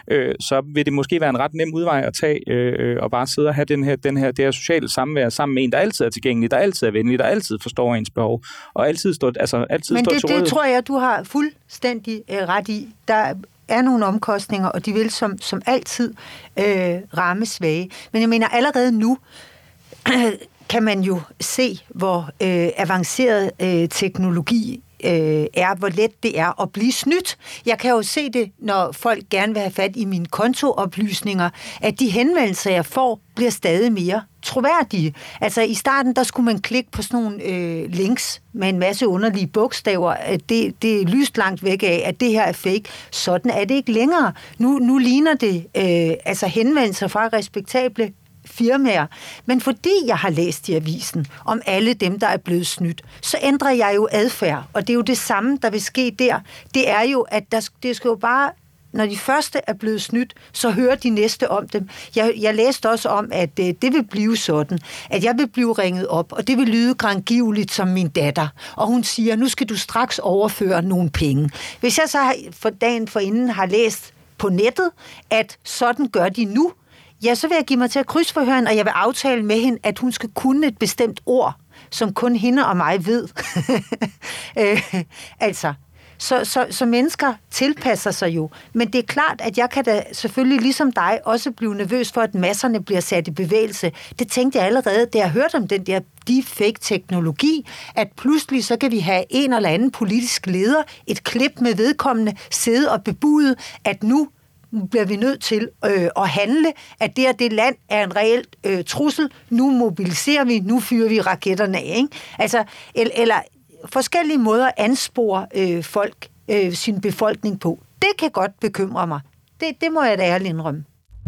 så vil det måske være en ret nem udvej at tage og bare sidde og have det her sociale samvær sammen med en, der altid er tilgængelig, der altid er venlig, der altid forstår ens behov, og altid står til rådighed. Men det tror jeg, du har fuldstændig ret i. Der er nogle omkostninger, og de vil som altid ramme svage. Men jeg mener, allerede nu kan man jo se, hvor avanceret teknologi er, hvor let det er at blive snydt. Jeg kan jo se det, når folk gerne vil have fat i mine kontooplysninger, at de henvendelser, jeg får, bliver stadig mere troværdige. Altså i starten, der skulle man klikke på sådan nogle links med en masse underlige bogstaver. Det er lyst langt væk af, at det her er fake. Sådan er det ikke længere. Nu ligner det henvendelser fra respektable firmaer. Men fordi jeg har læst i avisen om alle dem, der er blevet snydt, så ændrer jeg jo adfærd. Og det er jo det samme, der vil ske der. Det er jo, at det skal jo bare, når de første er blevet snydt, så hører de næste om dem. Jeg læste også om, at det vil blive sådan, at jeg vil blive ringet op, og det vil lyde grangivligt som min datter. Og hun siger, nu skal du straks overføre nogle penge. Hvis jeg så for dagen forinden har læst på nettet, at sådan gør de nu, ja, så vil jeg give mig til at krydsforhøre hende, og jeg vil aftale med hende, at hun skal kunne et bestemt ord, som kun hende og mig ved. Så mennesker tilpasser sig jo. Men det er klart, at jeg kan da selvfølgelig ligesom dig også blive nervøs for, at masserne bliver sat i bevægelse. Det tænkte jeg allerede, da jeg hørte om den der deepfake-teknologi, at pludselig så kan vi have en eller anden politisk leder, et klip med vedkommende, sidde og bebude, at nu bliver vi nødt til at handle, at det land er en reel trussel. Nu mobiliserer vi, nu fyrer vi raketterne af. Ikke? Altså, eller forskellige måder at anspore folk, sin befolkning på. Det kan godt bekymre mig. Det må jeg da ærligt indrømme.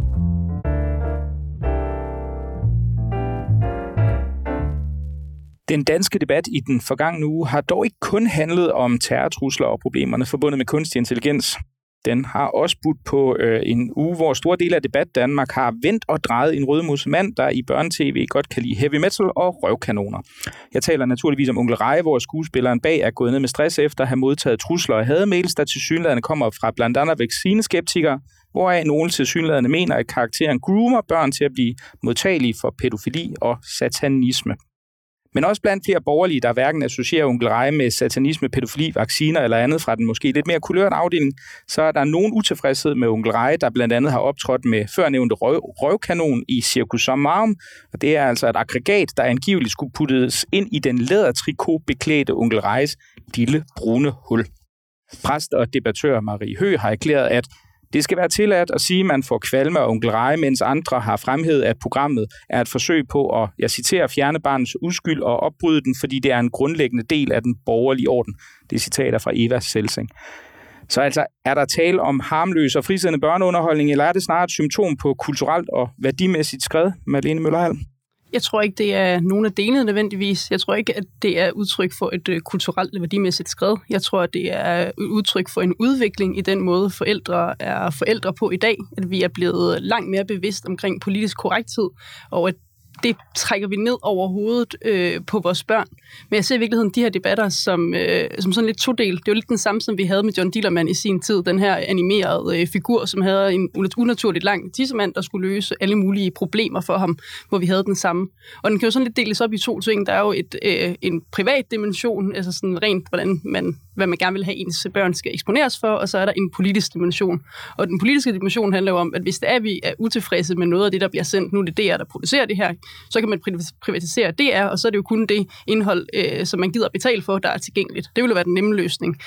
Den danske debat i den forgangne uge har dog ikke kun handlet om terrortrusler og problemerne forbundet med kunstig intelligens. Den har også budt på en uge, hvor store dele af debat Danmark har vendt og drejet en rødmus mand, der i børne-tv godt kan lide heavy metal og røvkanoner. Jeg taler naturligvis om Onkel Reje, hvor skuespilleren bag er gået ned med stress efter at have modtaget trusler og hademails, der tilsyneladende kommer fra blandt andet vaccineskeptikere, hvoraf nogle tilsyneladende mener, at karakteren groomer børn til at blive modtagelige for pædofili og satanisme. Men også blandt flere borgerlige, der hverken associerer Onkel Reje med satanisme, pædofili, vacciner eller andet fra den måske lidt mere kulørte afdeling, så er der nogen utilfredshed med Onkel Reje, der blandt andet har optrådt med førnævnte røvkanon i Cirkus Sommarum. Og det er altså et aggregat, der angiveligt skulle puttes ind i den lædertrikot beklædte Onkel Rejes lille brune hul. Præst og debattør Marie Høgh har erklæret, at det skal være tilladt at sige, at man får kvalme af Onkel Reje, mens andre har fremhævet, at programmet er et forsøg på at, jeg citerer, fjerne barnets uskyld og opbryde den, fordi det er en grundlæggende del af den borgerlige orden. Det er citater fra Eva Selsing. Så altså, er der tale om harmløs og frisættende børneunderholdning, eller er det snarere et symptom på kulturelt og værdimæssigt skred, Malene Møller-Halm? Jeg tror ikke, det er nogen af delene nødvendigvis. Jeg tror ikke, at det er udtryk for et kulturelt værdimæssigt skred. Jeg tror, at det er udtryk for en udvikling i den måde, forældre er forældre på i dag. At vi er blevet langt mere bevidst omkring politisk korrekthed, og at det trækker vi ned over hovedet på vores børn. Men jeg ser i virkeligheden de her debatter som sådan lidt todelt. Det er jo lidt den samme, som vi havde med John Dillermand i sin tid. Den her animerede figur, som havde en unaturligt lang tissemand, der skulle løse alle mulige problemer for ham, hvor vi havde den samme. Og den kan jo sådan lidt deles op i to ting. Der er jo en privat dimension, altså sådan rent, hvad man gerne vil have ens børn skal eksponeres for, og så er der en politisk dimension. Og den politiske dimension handler jo om, at hvis det er, vi er utilfredse med noget af det, der bliver sendt, nu er det DR, der producerer det her, så kan man privatisere DR, og så er det jo kun det indhold, som man gider betale for, der er tilgængeligt. Det vil jo være den nemme løsning.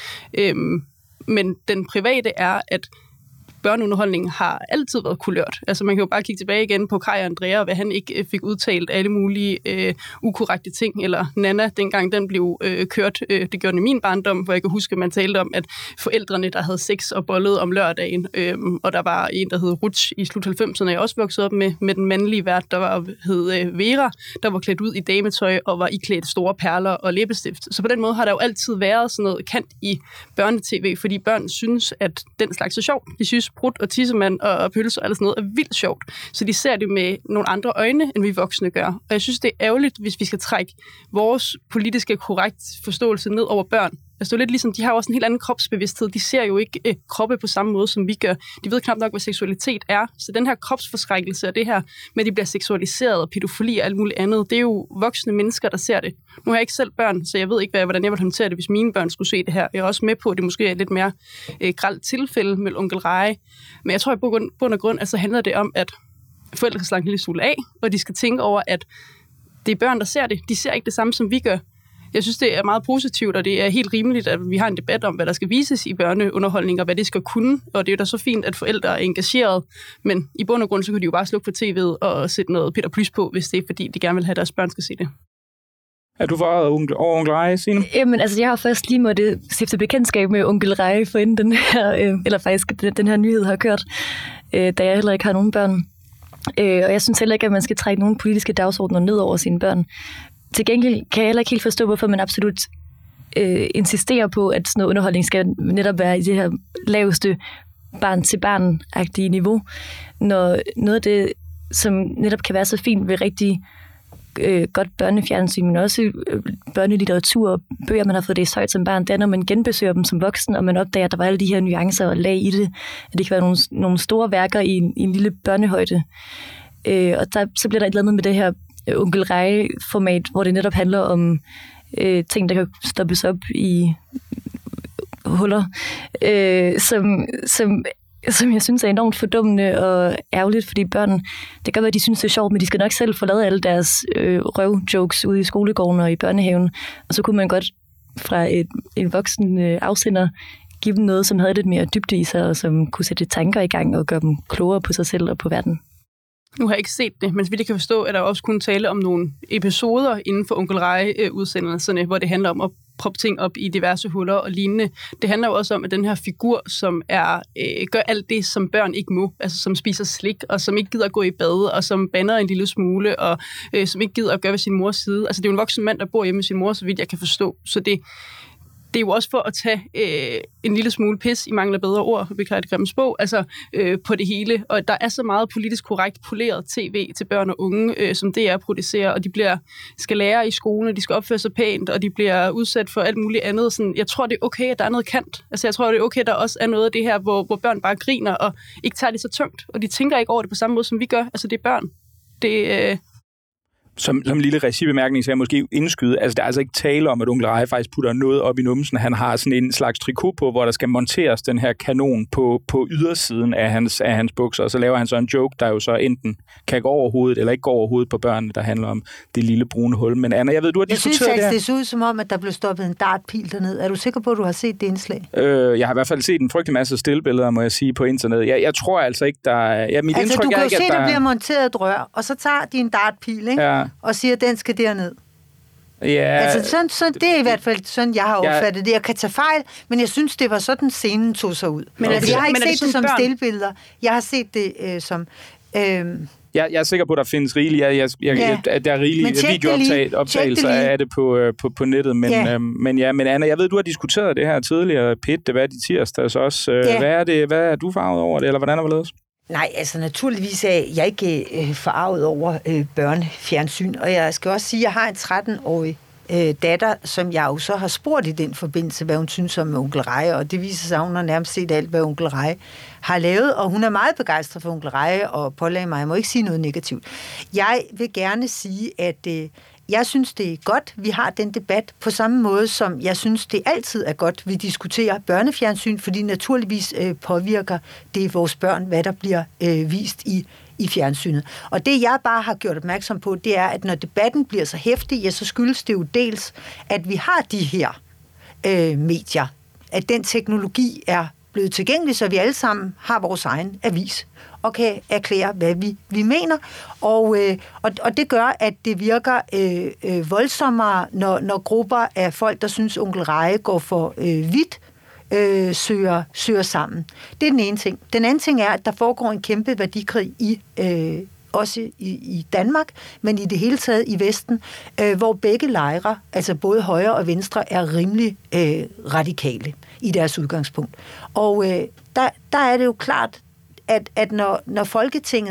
Men den private er, at børneunderholdningen har altid været kulørt. Altså man kan jo bare kigge tilbage igen på Kaj og Andrea, og hvad han ikke fik udtalt alle mulige ukorrekte ting, eller Nana, dengang den blev kørt. Det gjorde den i min barndom, hvor jeg kan huske, at man talte om, at forældrene, der havde sex og bollede om lørdagen, og der var en, der hed Rutsch i slut 90'erne, jeg også voksede op med den mandlige vært, der hed Vera, der var klædt ud i dametøj og var iklædt store perler og læbestift. Så på den måde har der jo altid været sådan noget kant i børnetv, fordi børn synes, at den slags er sjovt. De synes, brud og tissemand og pølser og alt sådan noget er vildt sjovt. Så de ser det med nogle andre øjne, end vi voksne gør. Og jeg synes, det er ærgerligt, hvis vi skal trække vores politiske korrekt forståelse ned over børn. Altså det er lidt ligesom, de har også en helt anden kropsbevidsthed. De ser jo ikke kroppe på samme måde, som vi gør. De ved knap nok, hvad seksualitet er. Så den her kropsforskrækkelse og det her med, at de bliver seksualiseret og pædofili og alt muligt andet, det er jo voksne mennesker, der ser det. Nu har jeg ikke selv børn, så jeg ved ikke, hvordan jeg vil håndtere det, hvis mine børn skulle se det her. Jeg er også med på, at det måske er et lidt mere grelt tilfælde med onkel Reje. Men jeg tror, at på bund og grund, altså handler det om, at forældre skal slange en lille smule af, og de skal tænke over, at det er børn, der ser det. De ser ikke det samme, som vi gør. Jeg synes, det er meget positivt, og det er helt rimeligt, at vi har en debat om, hvad der skal vises i børneunderholdning, og hvad det skal kunne. Og det er jo da så fint, at forældre er engageret, men i bund og grund, så kan de jo bare slukke for tv'et og sætte noget Peter Plys på, hvis det er, fordi de gerne vil have, at deres børn skal se det. Er du over onkel Reje, Signe? Jamen, altså, jeg har først lige måttet stifte bekendtskab med onkel Reje, for inden den her, eller faktisk den her nyhed har kørt, da jeg heller ikke har nogen børn. Og jeg synes heller ikke, at man skal trække nogen politiske dagsordner ned over sine børn. Til gengæld kan jeg heller ikke helt forstå, hvorfor man absolut insisterer på, at sådan noget underholdning skal netop være i det her laveste barn-til-barn-agtige niveau, når noget af det, som netop kan være så fint ved rigtig godt børnefjernsyn, men også børnelitteratur og bøger, man har fået det højt som barn, det er, når man genbesøger dem som voksen, og man opdager, at der var alle de her nuancer og lag i det, at det kan være nogle store værker i en lille børnehøjde. Og så bliver der et eller andet med det her onkel Reje-format, hvor det netop handler om ting, der kan stoppes op i huller, som jeg synes er enormt fordummende og ærgerligt, fordi børn, det kan godt være, at de synes, det er sjovt, men de skal nok selv forlade alle deres røvjokes ude i skolegården og i børnehaven, og så kunne man godt fra en voksen afsender give dem noget, som havde lidt mere dybde i sig, og som kunne sætte tanker i gang og gøre dem klogere på sig selv og på verden. Nu har jeg ikke set det, men så vidt jeg kan forstå, at der også kunne tale om nogle episoder inden for onkel Reje-udsendelserne, hvor det handler om at proppe ting op i diverse huller og lignende. Det handler jo også om, at den her figur, som gør alt det, som børn ikke må, altså som spiser slik, og som ikke gider at gå i bad, og som bander en lille smule, og som ikke gider at gøre ved sin mors side. Altså det er jo en voksen mand, der bor hjemme med sin mor, så vidt jeg kan forstå. Så det er jo også for at tage en lille smule pis, i mangel af bedre ord, Beklager det Grimms bog, altså på det hele. Og der er så meget politisk korrekt poleret tv til børn og unge, som DR producerer, og de skal lære i skolen, og de skal opføre sig pænt, og de bliver udsat for alt muligt andet. Sådan, jeg tror, det er okay, at der er noget kant. Altså jeg tror, det er okay, at der også er noget af det her, hvor børn bare griner og ikke tager det så tungt, og de tænker ikke over det på samme måde, som vi gør. Altså det er børn. Som en lille regibemærkning, så jeg måske indskyde, altså der er altså ikke tale om, at onkel Reje faktisk putter noget op i numsen. Han har sådan en slags trikot på, hvor der skal monteres den her kanon på ydersiden af hans bukser, og så laver han så en joke, der jo så enten kan gå over hovedet, eller ikke går over hovedet på børnene, der handler om det lille brune hul. Men Anna, jeg ved, du har diskuteret det her. Jeg synes, det ser ud som om, at der blev stoppet en dartpil derned. Er du sikker på, at du har set det indslag? Jeg har i hvert fald set en frygtelig masse stillbilleder, må jeg sige, på internet. Jeg tror altså ikke, der er... Mit indtryk du kan jo se, der bliver monteret et rør, og så tager de en dartpil, ikke? Ja. Og siger, at den skal derned. Ja. Altså, sådan, det er i hvert fald sådan, jeg har opfattet det. Jeg kan tage fejl, men jeg synes, det var sådan, scenen tog sig ud. Men altså, jeg har ikke set det som stillbilleder. Jeg har set det som... Jeg er sikker på, at der findes rigeligt. Der er rigelige videooptagelser af det på nettet. Men Anna, jeg ved, du har diskuteret det her tidligere. P1-debat i tirsdags også. Hvad er du farvet over det, eller hvordan er det ledes? Nej, altså naturligvis er jeg ikke forarvet over børnefjernsyn. Og jeg skal også sige, at jeg har en 13-årig datter, som jeg jo så har spurgt i den forbindelse, hvad hun synes om Onkel Reje, og det viser sig, at hun har nærmest set alt, hvad Onkel Reje har lavet, og hun er meget begejstret for Onkel Reje, og pålagde mig, jeg må ikke sige noget negativt. Jeg vil gerne sige, at jeg synes, det er godt, vi har den debat på samme måde, som jeg synes, det altid er godt, vi diskuterer børnefjernsyn, fordi naturligvis påvirker det vores børn, hvad der bliver vist i fjernsynet. Og det, jeg bare har gjort opmærksom på, det er, at når debatten bliver så heftig, ja, så skyldes det jo dels, at vi har de her medier, at den teknologi er blevet tilgængelig, så vi alle sammen har vores egen avis og kan erklære, hvad vi mener. Og det gør, at det virker voldsommere, når grupper af folk, der synes, Onkel Reje går for vidt, søger sammen. Det er den ene ting. Den anden ting er, at der foregår en kæmpe værdikrig også i Danmark, men i det hele taget i Vesten, hvor begge lejre, altså både højre og venstre, er rimelig radikale i deres udgangspunkt. Og der er det jo klart, at når Folketinget,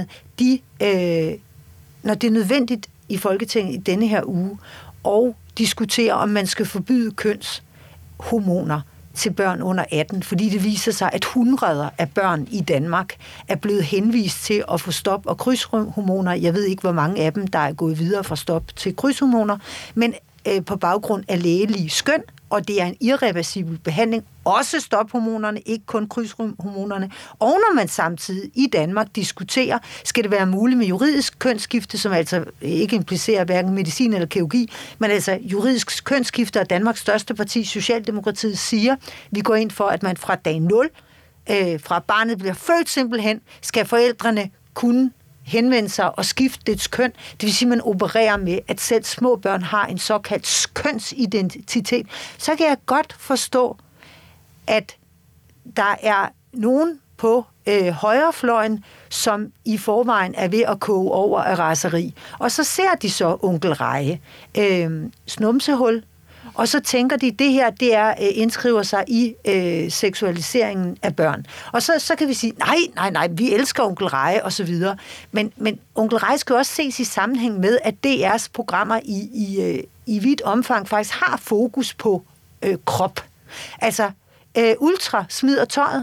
når det er nødvendigt i Folketinget i denne her uge, og diskutere, om man skal forbyde kønshormoner til børn under 18, fordi det viser sig, at hundreder af børn i Danmark er blevet henvist til at få stop- og krydshormoner. Jeg ved ikke, hvor mange af dem, der er gået videre fra stop til krydshormoner, men på baggrund af lægelige skøn, og det er en irreversibel behandling, også stophormonerne, ikke kun krydshormonerne. Og når man samtidig i Danmark diskuterer, skal det være muligt med juridisk kønsskifte, som altså ikke implicerer hverken medicin eller kirurgi, men altså juridisk kønsskifte, og Danmarks største parti, Socialdemokratiet, siger, vi går ind for, at man fra dag 0, fra barnet bliver født simpelthen, skal forældrene kunne henvende sig og skifte dets køn. Det vil sige, at man opererer med, at selv små børn har en såkaldt kønsidentitet. Så kan jeg godt forstå, at der er nogen på højrefløjen, som i forvejen er ved at koge over af raseri. Og så ser de så Onkel Reje, snumsehul, og så tænker de, det her, det er indskriver sig i seksualiseringen af børn. Og så kan vi sige, nej, vi elsker Onkel Reje, og så videre. Men Onkel Reje skal også ses i sammenhæng med, at DR's programmer i vidt omfang faktisk har fokus på krop. Altså, Ultra smider tøjet.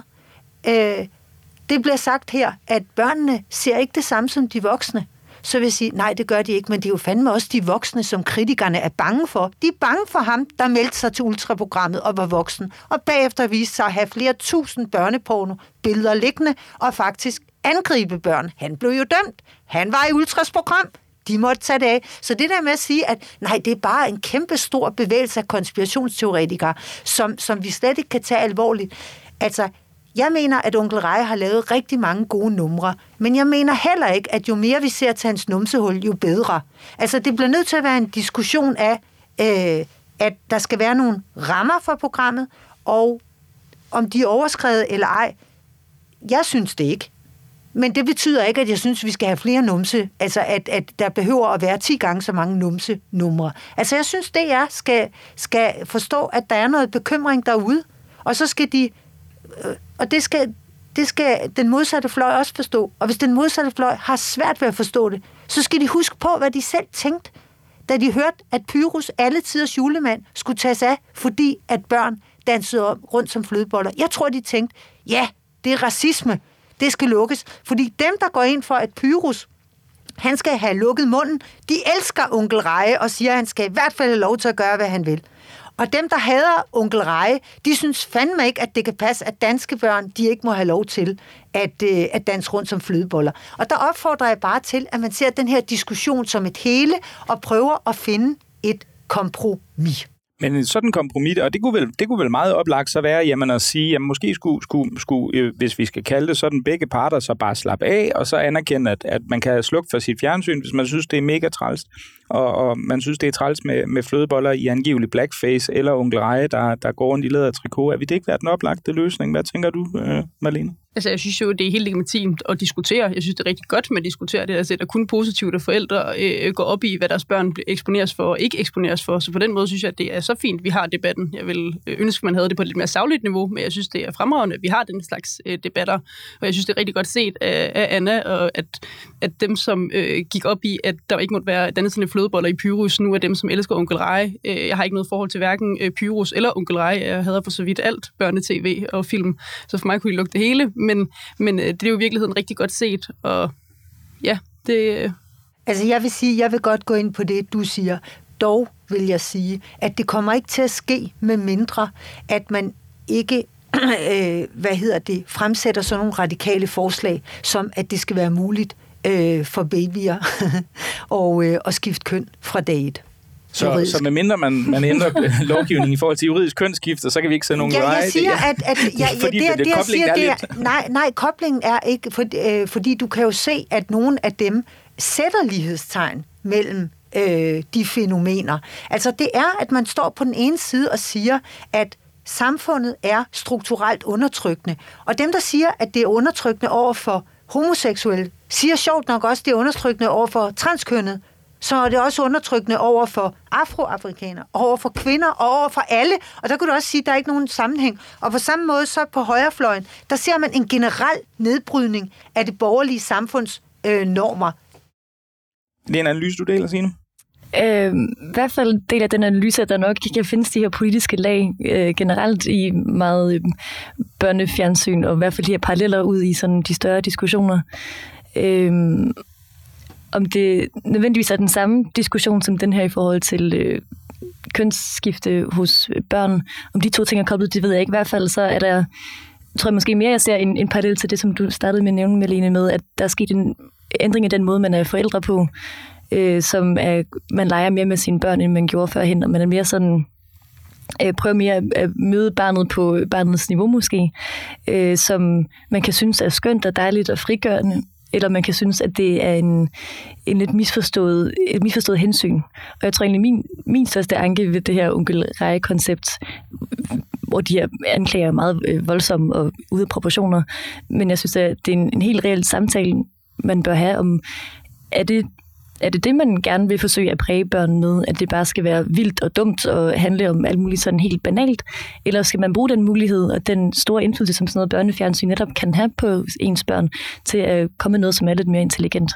Det bliver sagt her, at børnene ser ikke det samme som de voksne. Så vil jeg sige, nej, det gør de ikke, men det er jo fandme også de voksne, som kritikerne er bange for. De er bange for ham, der meldte sig til Ultraprogrammet og var voksen, og bagefter viste sig at have flere tusind børneporno-billeder liggende, og faktisk angribe børn. Han blev jo dømt. Han var i Ultras program. De måtte tage det af. Så det der med at sige, at nej, det er bare en kæmpe stor bevægelse af konspirationsteoretikere, som vi slet ikke kan tage alvorligt. Altså, jeg mener, at Onkel Reje har lavet rigtig mange gode numre, men jeg mener heller ikke, at jo mere vi ser til hans numsehul, jo bedre. Altså, det bliver nødt til at være en diskussion af, at der skal være nogle rammer for programmet, og om de er overskredet eller ej. Jeg synes det ikke. Men det betyder ikke, at jeg synes, vi skal have flere numse. Altså, at der behøver at være 10 gange så mange numse-numre. Altså, jeg synes, det er, skal forstå, at der er noget bekymring derude, og så skal de... Og det skal den modsatte fløj også forstå. Og hvis den modsatte fløj har svært ved at forstå det, så skal de huske på, hvad de selv tænkte, da de hørte, at Pyrus, alle tiders julemand, skulle tages af, fordi at børn dansede rundt som flødeboller. Jeg tror, de tænkte, ja, det er racisme. Det skal lukkes. Fordi dem, der går ind for, at Pyrus, han skal have lukket munden, de elsker Onkel Reje og siger, at han skal i hvert fald have lov til at gøre, hvad han vil. Og dem, der hader Onkel Reje, de synes fandme ikke, at det kan passe, at danske børn, de ikke må have lov til at danse rundt som flødeboller. Og der opfordrer jeg bare til, at man ser den her diskussion som et hele, og prøver at finde et kompromis. Men sådan en kompromis, og det kunne vel meget oplagt så være, jamen at sige, jamen måske skulle hvis vi skal kalde det sådan, begge parter så bare slappe af, og så anerkende, at man kan slukke for sit fjernsyn, hvis man synes, det er mega træls, og man synes, det er træls med flødeboller i angivelig blackface, eller onkel Reje, der går rundt i læder og trikot. Vil det ikke være den oplagte løsning? Hvad tænker du, Marlene? Altså, jeg synes jo, det er helt legitimt at diskutere. Jeg synes, det er rigtig godt med at diskutere det. Altså, det er kun positivt, at forældre går op i, hvad deres børn eksponeres for og ikke eksponeres for. Så på den måde synes jeg, at det er så fint, vi har debatten. Jeg vil ønske, at man havde det på et lidt mere sagligt niveau, men jeg synes, det er fremragende, at vi har den slags debatter. Og jeg synes, det er rigtig godt set af Anna, og at dem, som gik op i, at der ikke måtte være dansende flødeboller i Pyrus, nu er dem, som elsker onkel Reje. Jeg har ikke noget forhold til hverken Pyrus eller onkel Reje. Jeg hader for så vidt alt børnetv og film, så for mig kunne de lukke det hele. Men det er jo i virkeligheden rigtig godt set, og ja, det... Altså jeg vil sige, jeg vil godt gå ind på det, du siger. Dog vil jeg sige, at det kommer ikke til at ske med mindre, at man ikke fremsætter sådan nogle radikale forslag, som at det skal være muligt for babyer at skifte køn fra dag 1. Så medmindre man ændrer lovgivningen i forhold til juridisk kønsskifte, så kan vi ikke se nogen vej. Jeg siger, Nej, koblingen er ikke, fordi du kan jo se, at nogle af dem sætter lighedstegn mellem de fænomener. Altså det er, at man står på den ene side og siger, at samfundet er strukturelt undertrykkende. Og dem, der siger, at det er undertrykkende over for homoseksuelle, siger sjovt nok også, at det er undertrykkende over for transkønnet. Så er det også undertrykkende over for afroafrikanere, over for kvinder og over for alle. Og der kunne du også sige, at der er ikke nogen sammenhæng. Og på samme måde så på højrefløjen, der ser man en generel nedbrydning af det borgerlige samfunds normer. Det er en analyse, du deler, Signe? I hvert fald del af den analyse, at der nok ikke kan findes de her politiske lag generelt i meget børnefjernsyn, og i hvert fald de her paralleller ud i sådan de større diskussioner. Om det nødvendigvis er den samme diskussion som den her i forhold til kønsskifte hos børn. Om de to ting er koblet, det ved jeg ikke. I hvert fald så er der, tror jeg måske mere, jeg ser en parallel til det, som du startede med at nævne, Malene, med, at der er sket en ændring i den måde, man er forældre på, som man leger mere med sine børn, end man gjorde førhen, og man er mere sådan, prøver mere at møde barnet på barnets niveau måske, som man kan synes er skønt og dejligt og frigørende, eller man kan synes, at det er en lidt misforstået hensyn. Og jeg tror egentlig, min største anke ved det her onkel Reje-koncept, hvor de her anklager er meget voldsomme og ude af proportioner, men jeg synes, at det er en helt reel samtale, man bør have om, er det, man gerne vil forsøge at præge børn med, at det bare skal være vildt og dumt og handle om alt muligt sådan helt banalt, eller skal man bruge den mulighed og den store indflydelse, som sådan noget børnefjernsyn netop kan have på ens børn, til at komme med noget, som er lidt mere intelligent?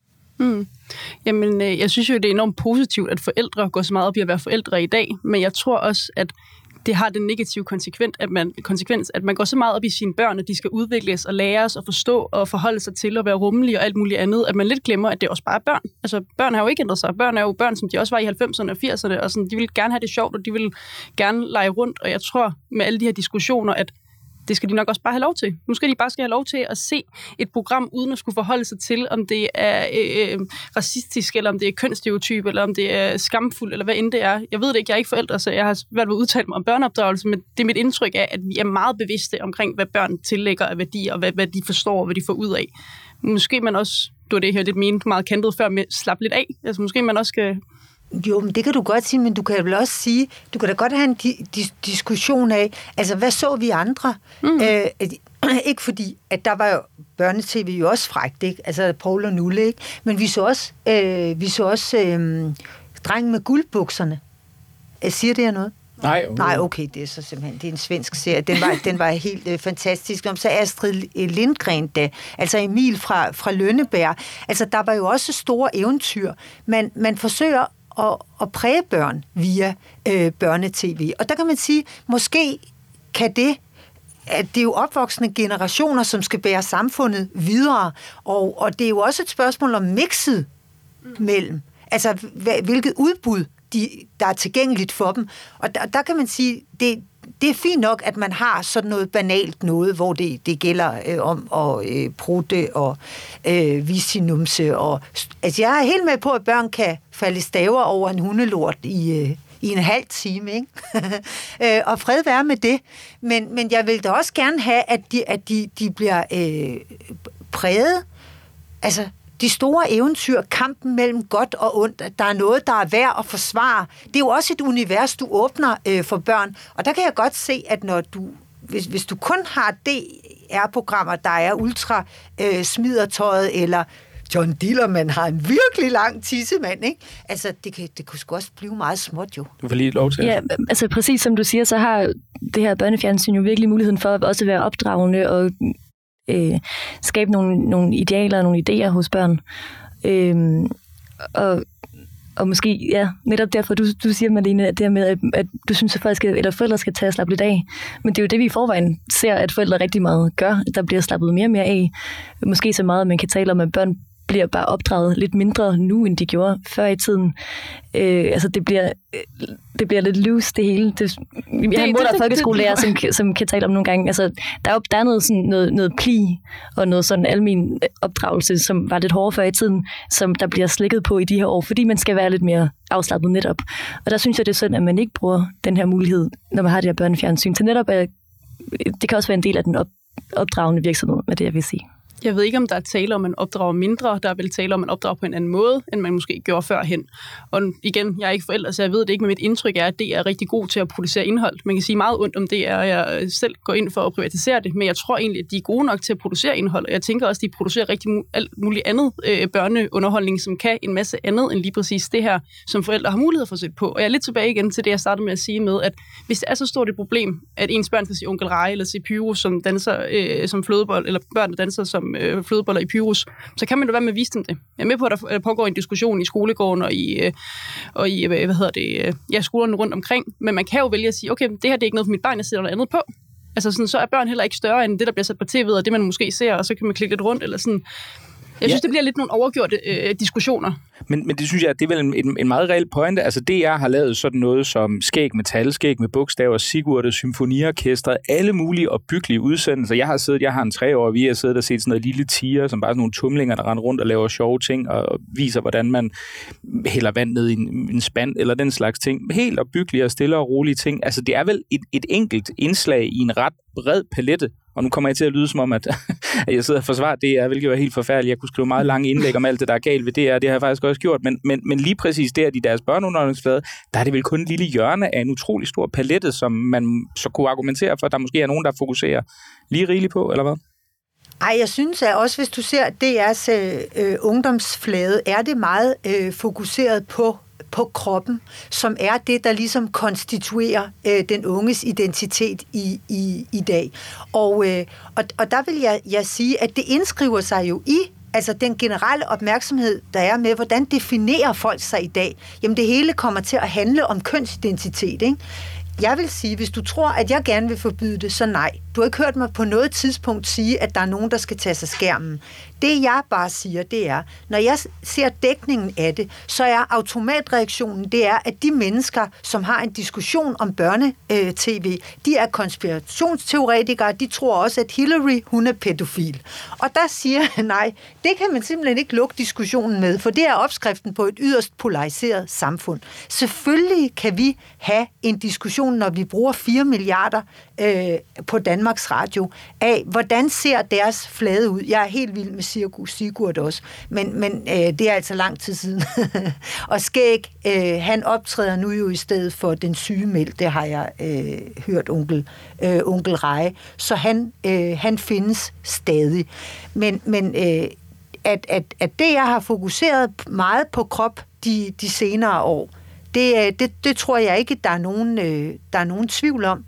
Jamen, jeg synes jo, det er enormt positivt, at forældre går så meget op i at være forældre i dag, men jeg tror også, at det har den negative konsekvens, at man går så meget op i sine børn, at de skal udvikles og læres og forstå og forholde sig til at være rummelige og alt muligt andet, at man lidt glemmer, at det også bare er børn. Altså, børn har jo ikke ændret sig. Børn er jo børn, som de også var i 90'erne og 80'erne, og sådan, de vil gerne have det sjovt, og de vil gerne lege rundt, og jeg tror med alle de her diskussioner, at det skal de nok også bare have lov til. Nu skal de bare have lov til at se et program, uden at skulle forholde sig til, om det er racistisk, eller om det er kønsstereotyp, eller om det er skamfuldt, eller hvad end det er. Jeg ved det ikke, jeg er ikke forældre, så jeg har svært ved at udtale mig om børneopdragelse, men det er mit indtryk af, at vi er meget bevidste omkring, hvad børn tillægger af værdier, og hvad de forstår, og hvad de får ud af. Måske man også, du har det her lidt ment meget kantet før, med slappe lidt af. Altså måske man også skal... Jo, men det kan du godt sige, men du kan vel også sige, du kan da godt have en diskussion af, altså hvad så vi andre? Ikke fordi, at der var jo børnetv jo også frækt, ikke? Altså Poul og Nulle, ikke? Men vi så også Drengen med guldbukserne. Siger det her noget? Nej, okay, det er så simpelthen, det er en svensk serie. Den var helt fantastisk. Så Astrid Lindgren da, altså Emil fra Lønneberg. Altså der var jo også store eventyr. Man forsøger at præge børn via børnetv. Og der kan man sige, måske kan at det er jo opvoksende generationer, som skal bære samfundet videre. Og det er jo også et spørgsmål om mixet mellem. Altså, hvilket udbud der er tilgængeligt for dem. Og der kan man sige, det er fint nok, at man har sådan noget banalt noget, hvor det gælder om at prutte og vise sin numse. Altså, jeg er helt med på, at børn kan falde i staver over en hundelort en halv time, ikke? Og fred være med det. Men jeg vil da også gerne have, at de bliver præget. Altså, de store eventyr, kampen mellem godt og ondt, at der er noget, der er værd at forsvare. Det er jo også et univers, du åbner for børn. Og der kan jeg godt se, at når hvis du kun har DR-programmer, der er ultra smidertøjet, eller John Dillermand har en virkelig lang tissemand, ikke? Altså, det kunne sgu også blive meget småt, jo. Du får lige lov til. Ja, altså præcis som du siger, så har det her børnefjernsyn jo virkelig muligheden for at også være opdragende og skabe nogle idealer og nogle idéer hos børn. Og måske, ja, netop derfor, du siger, Malene, at det her med, at du synes, at forældre skal tage og slappe lidt af. Men det er jo det, vi i forvejen ser, at forældre rigtig meget gør. Der bliver slappet mere og mere af. Måske så meget, at man kan tale om, at børn bliver bare opdraget lidt mindre nu, end de gjorde før i tiden. Altså, det bliver lidt loose, det hele. Jeg har en mor, der er folkeskolelærer, som kan tale om nogle gange. Altså, der er noget pli og noget sådan almen opdragelse, som var lidt hårdere før i tiden, som der bliver slækket på i de her år, fordi man skal være lidt mere afslappet netop. Og der synes jeg, det er sådan, at man ikke bruger den her mulighed, når man har det her børnefjernsyn. Så netop, det kan også være en del af den opdragende virksomhed, med det, jeg vil sige. Jeg ved ikke, om der er tale om, at man opdrager mindre. Der er vel tale om, at man opdrager på en anden måde, end man måske gjorde førhen. Og igen, jeg er ikke forælder, så jeg ved det ikke, men mit indtryk er, at det er rigtig god til at producere indhold. Man kan sige meget ondt om det, og jeg selv går ind for at privatisere det, men jeg tror egentlig, at de er gode nok til at producere indhold. Og jeg tænker også, at de producerer rigtig alt muligt andet børneunderholdning, som kan en masse andet end lige præcis det her, som forældre har mulighed for at sætte på. Og jeg er lidt tilbage igen til det, jeg startede med at sige med, at hvis det er så stort et problem, at ens børn skal se Onkel Rej eller se Pyro, som danser som flødebold, eller børn, der danser som flødeboller i Pyrus, så kan man jo være med at vise dem det. Jeg er med på, at der pågår en diskussion i skolegården og i skolerne rundt omkring, men man kan jo vælge at sige, okay, det her det er ikke noget for mit barn, jeg sætter noget andet på. Altså sådan, så er børn heller ikke større end det, der bliver sat på tv, og det man måske ser, og så kan man klikke lidt rundt, eller sådan. Jeg synes, det bliver lidt nogle overgjorte diskussioner. Men det synes jeg, det er vel en meget reel pointe. Altså DR har lavet sådan noget som Skæg med tal, Skæg med bogstaver, Sigurd, symfoniorkestret, alle mulige opbyggelige udsendelser. Jeg har en 3-årig, vi har siddet og set sådan noget lille tiger, som bare sådan nogle tumlinger, der render rundt og laver sjove ting, og viser, hvordan man hælder vand ned i en spand, eller den slags ting. Helt opbyggelige og stille og rolige ting. Altså det er vel et enkelt indslag i en ret bred palette. Og nu kommer jeg til at lyde som om, at jeg sidder og forsvarer DR, hvilket er helt forfærdeligt. Jeg kunne skrive meget lange indlæg om alt det, der er galt ved DR. Det har jeg faktisk også gjort. Men lige præcis der, i deres børneunderholdningsflade, der er det vel kun en lille hjørne af en utrolig stor palette, som man så kunne argumentere for, at der måske er nogen, der fokuserer lige rigeligt på, eller hvad? Ej, jeg synes, at også hvis du ser DR's ungdomsflade, er det meget fokuseret på kroppen, som er det, der ligesom konstituerer den unges identitet i dag. Og der vil jeg sige, at det indskriver sig jo i altså den generelle opmærksomhed, der er med, hvordan definerer folk sig i dag. Jamen det hele kommer til at handle om kønsidentitet, ikke? Jeg vil sige, hvis du tror, at jeg gerne vil forbyde det, så nej. Du har ikke hørt mig på noget tidspunkt sige, at der er nogen, der skal tage sig skærmen. Det jeg bare siger, det er, når jeg ser dækningen af det, så er automatreaktionen, det er, at de mennesker, som har en diskussion om børnetv, de er konspirationsteoretikere, de tror også, at Hillary, hun er pædofil. Og der siger jeg, nej, det kan man simpelthen ikke lukke diskussionen med, for det er opskriften på et yderst polariseret samfund. Selvfølgelig kan vi have en diskussion, når vi bruger 4 milliarder på Danmarks Radio, af hvordan ser deres flade ud. Jeg er helt vild med Sigurd også, men det er altså lang tid siden. Og Skæg, han optræder nu jo i stedet for den sygemeldte, det har jeg hørt onkel Rej, så han findes stadig. Men at det, jeg har fokuseret meget på krop de senere år, det tror jeg ikke, der er nogen tvivl om.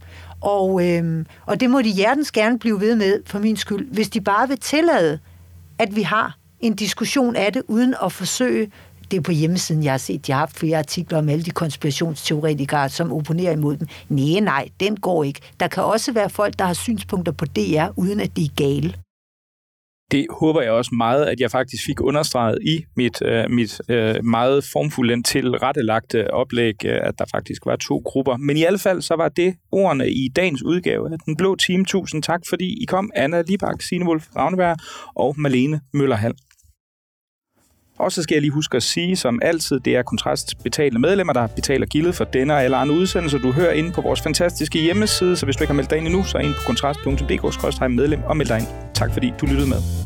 Og det må de hjertens gerne blive ved med, for min skyld, hvis de bare vil tillade, at vi har en diskussion af det, uden at forsøge, det er på hjemmesiden, jeg har set, de har haft flere artikler om alle de konspirationsteoretikere, som opponerer imod dem. Nej, den går ikke. Der kan også være folk, der har synspunkter på DR, uden at de er gale. Det håber jeg også meget, at jeg faktisk fik understreget i mit meget formfuldt tilrettelagte oplæg, at der faktisk var 2 grupper. Men i alle fald, så var det ordene i dagens udgave af Den Blå Time. Tusind tak, fordi I kom. Anna Libak, Signe Wolf Ravneberg og Malene Møller-Hall. Og så skal jeg lige huske at sige, som altid, det er Kontrast betalende medlemmer, der betaler gildet for denne og alle andre udsendelser, du hører inde på vores fantastiske hjemmeside. Så hvis du ikke har meldt dig ind endnu, så ind på kontrast.dk/medlem og meld dig ind. Tak fordi du lyttede med.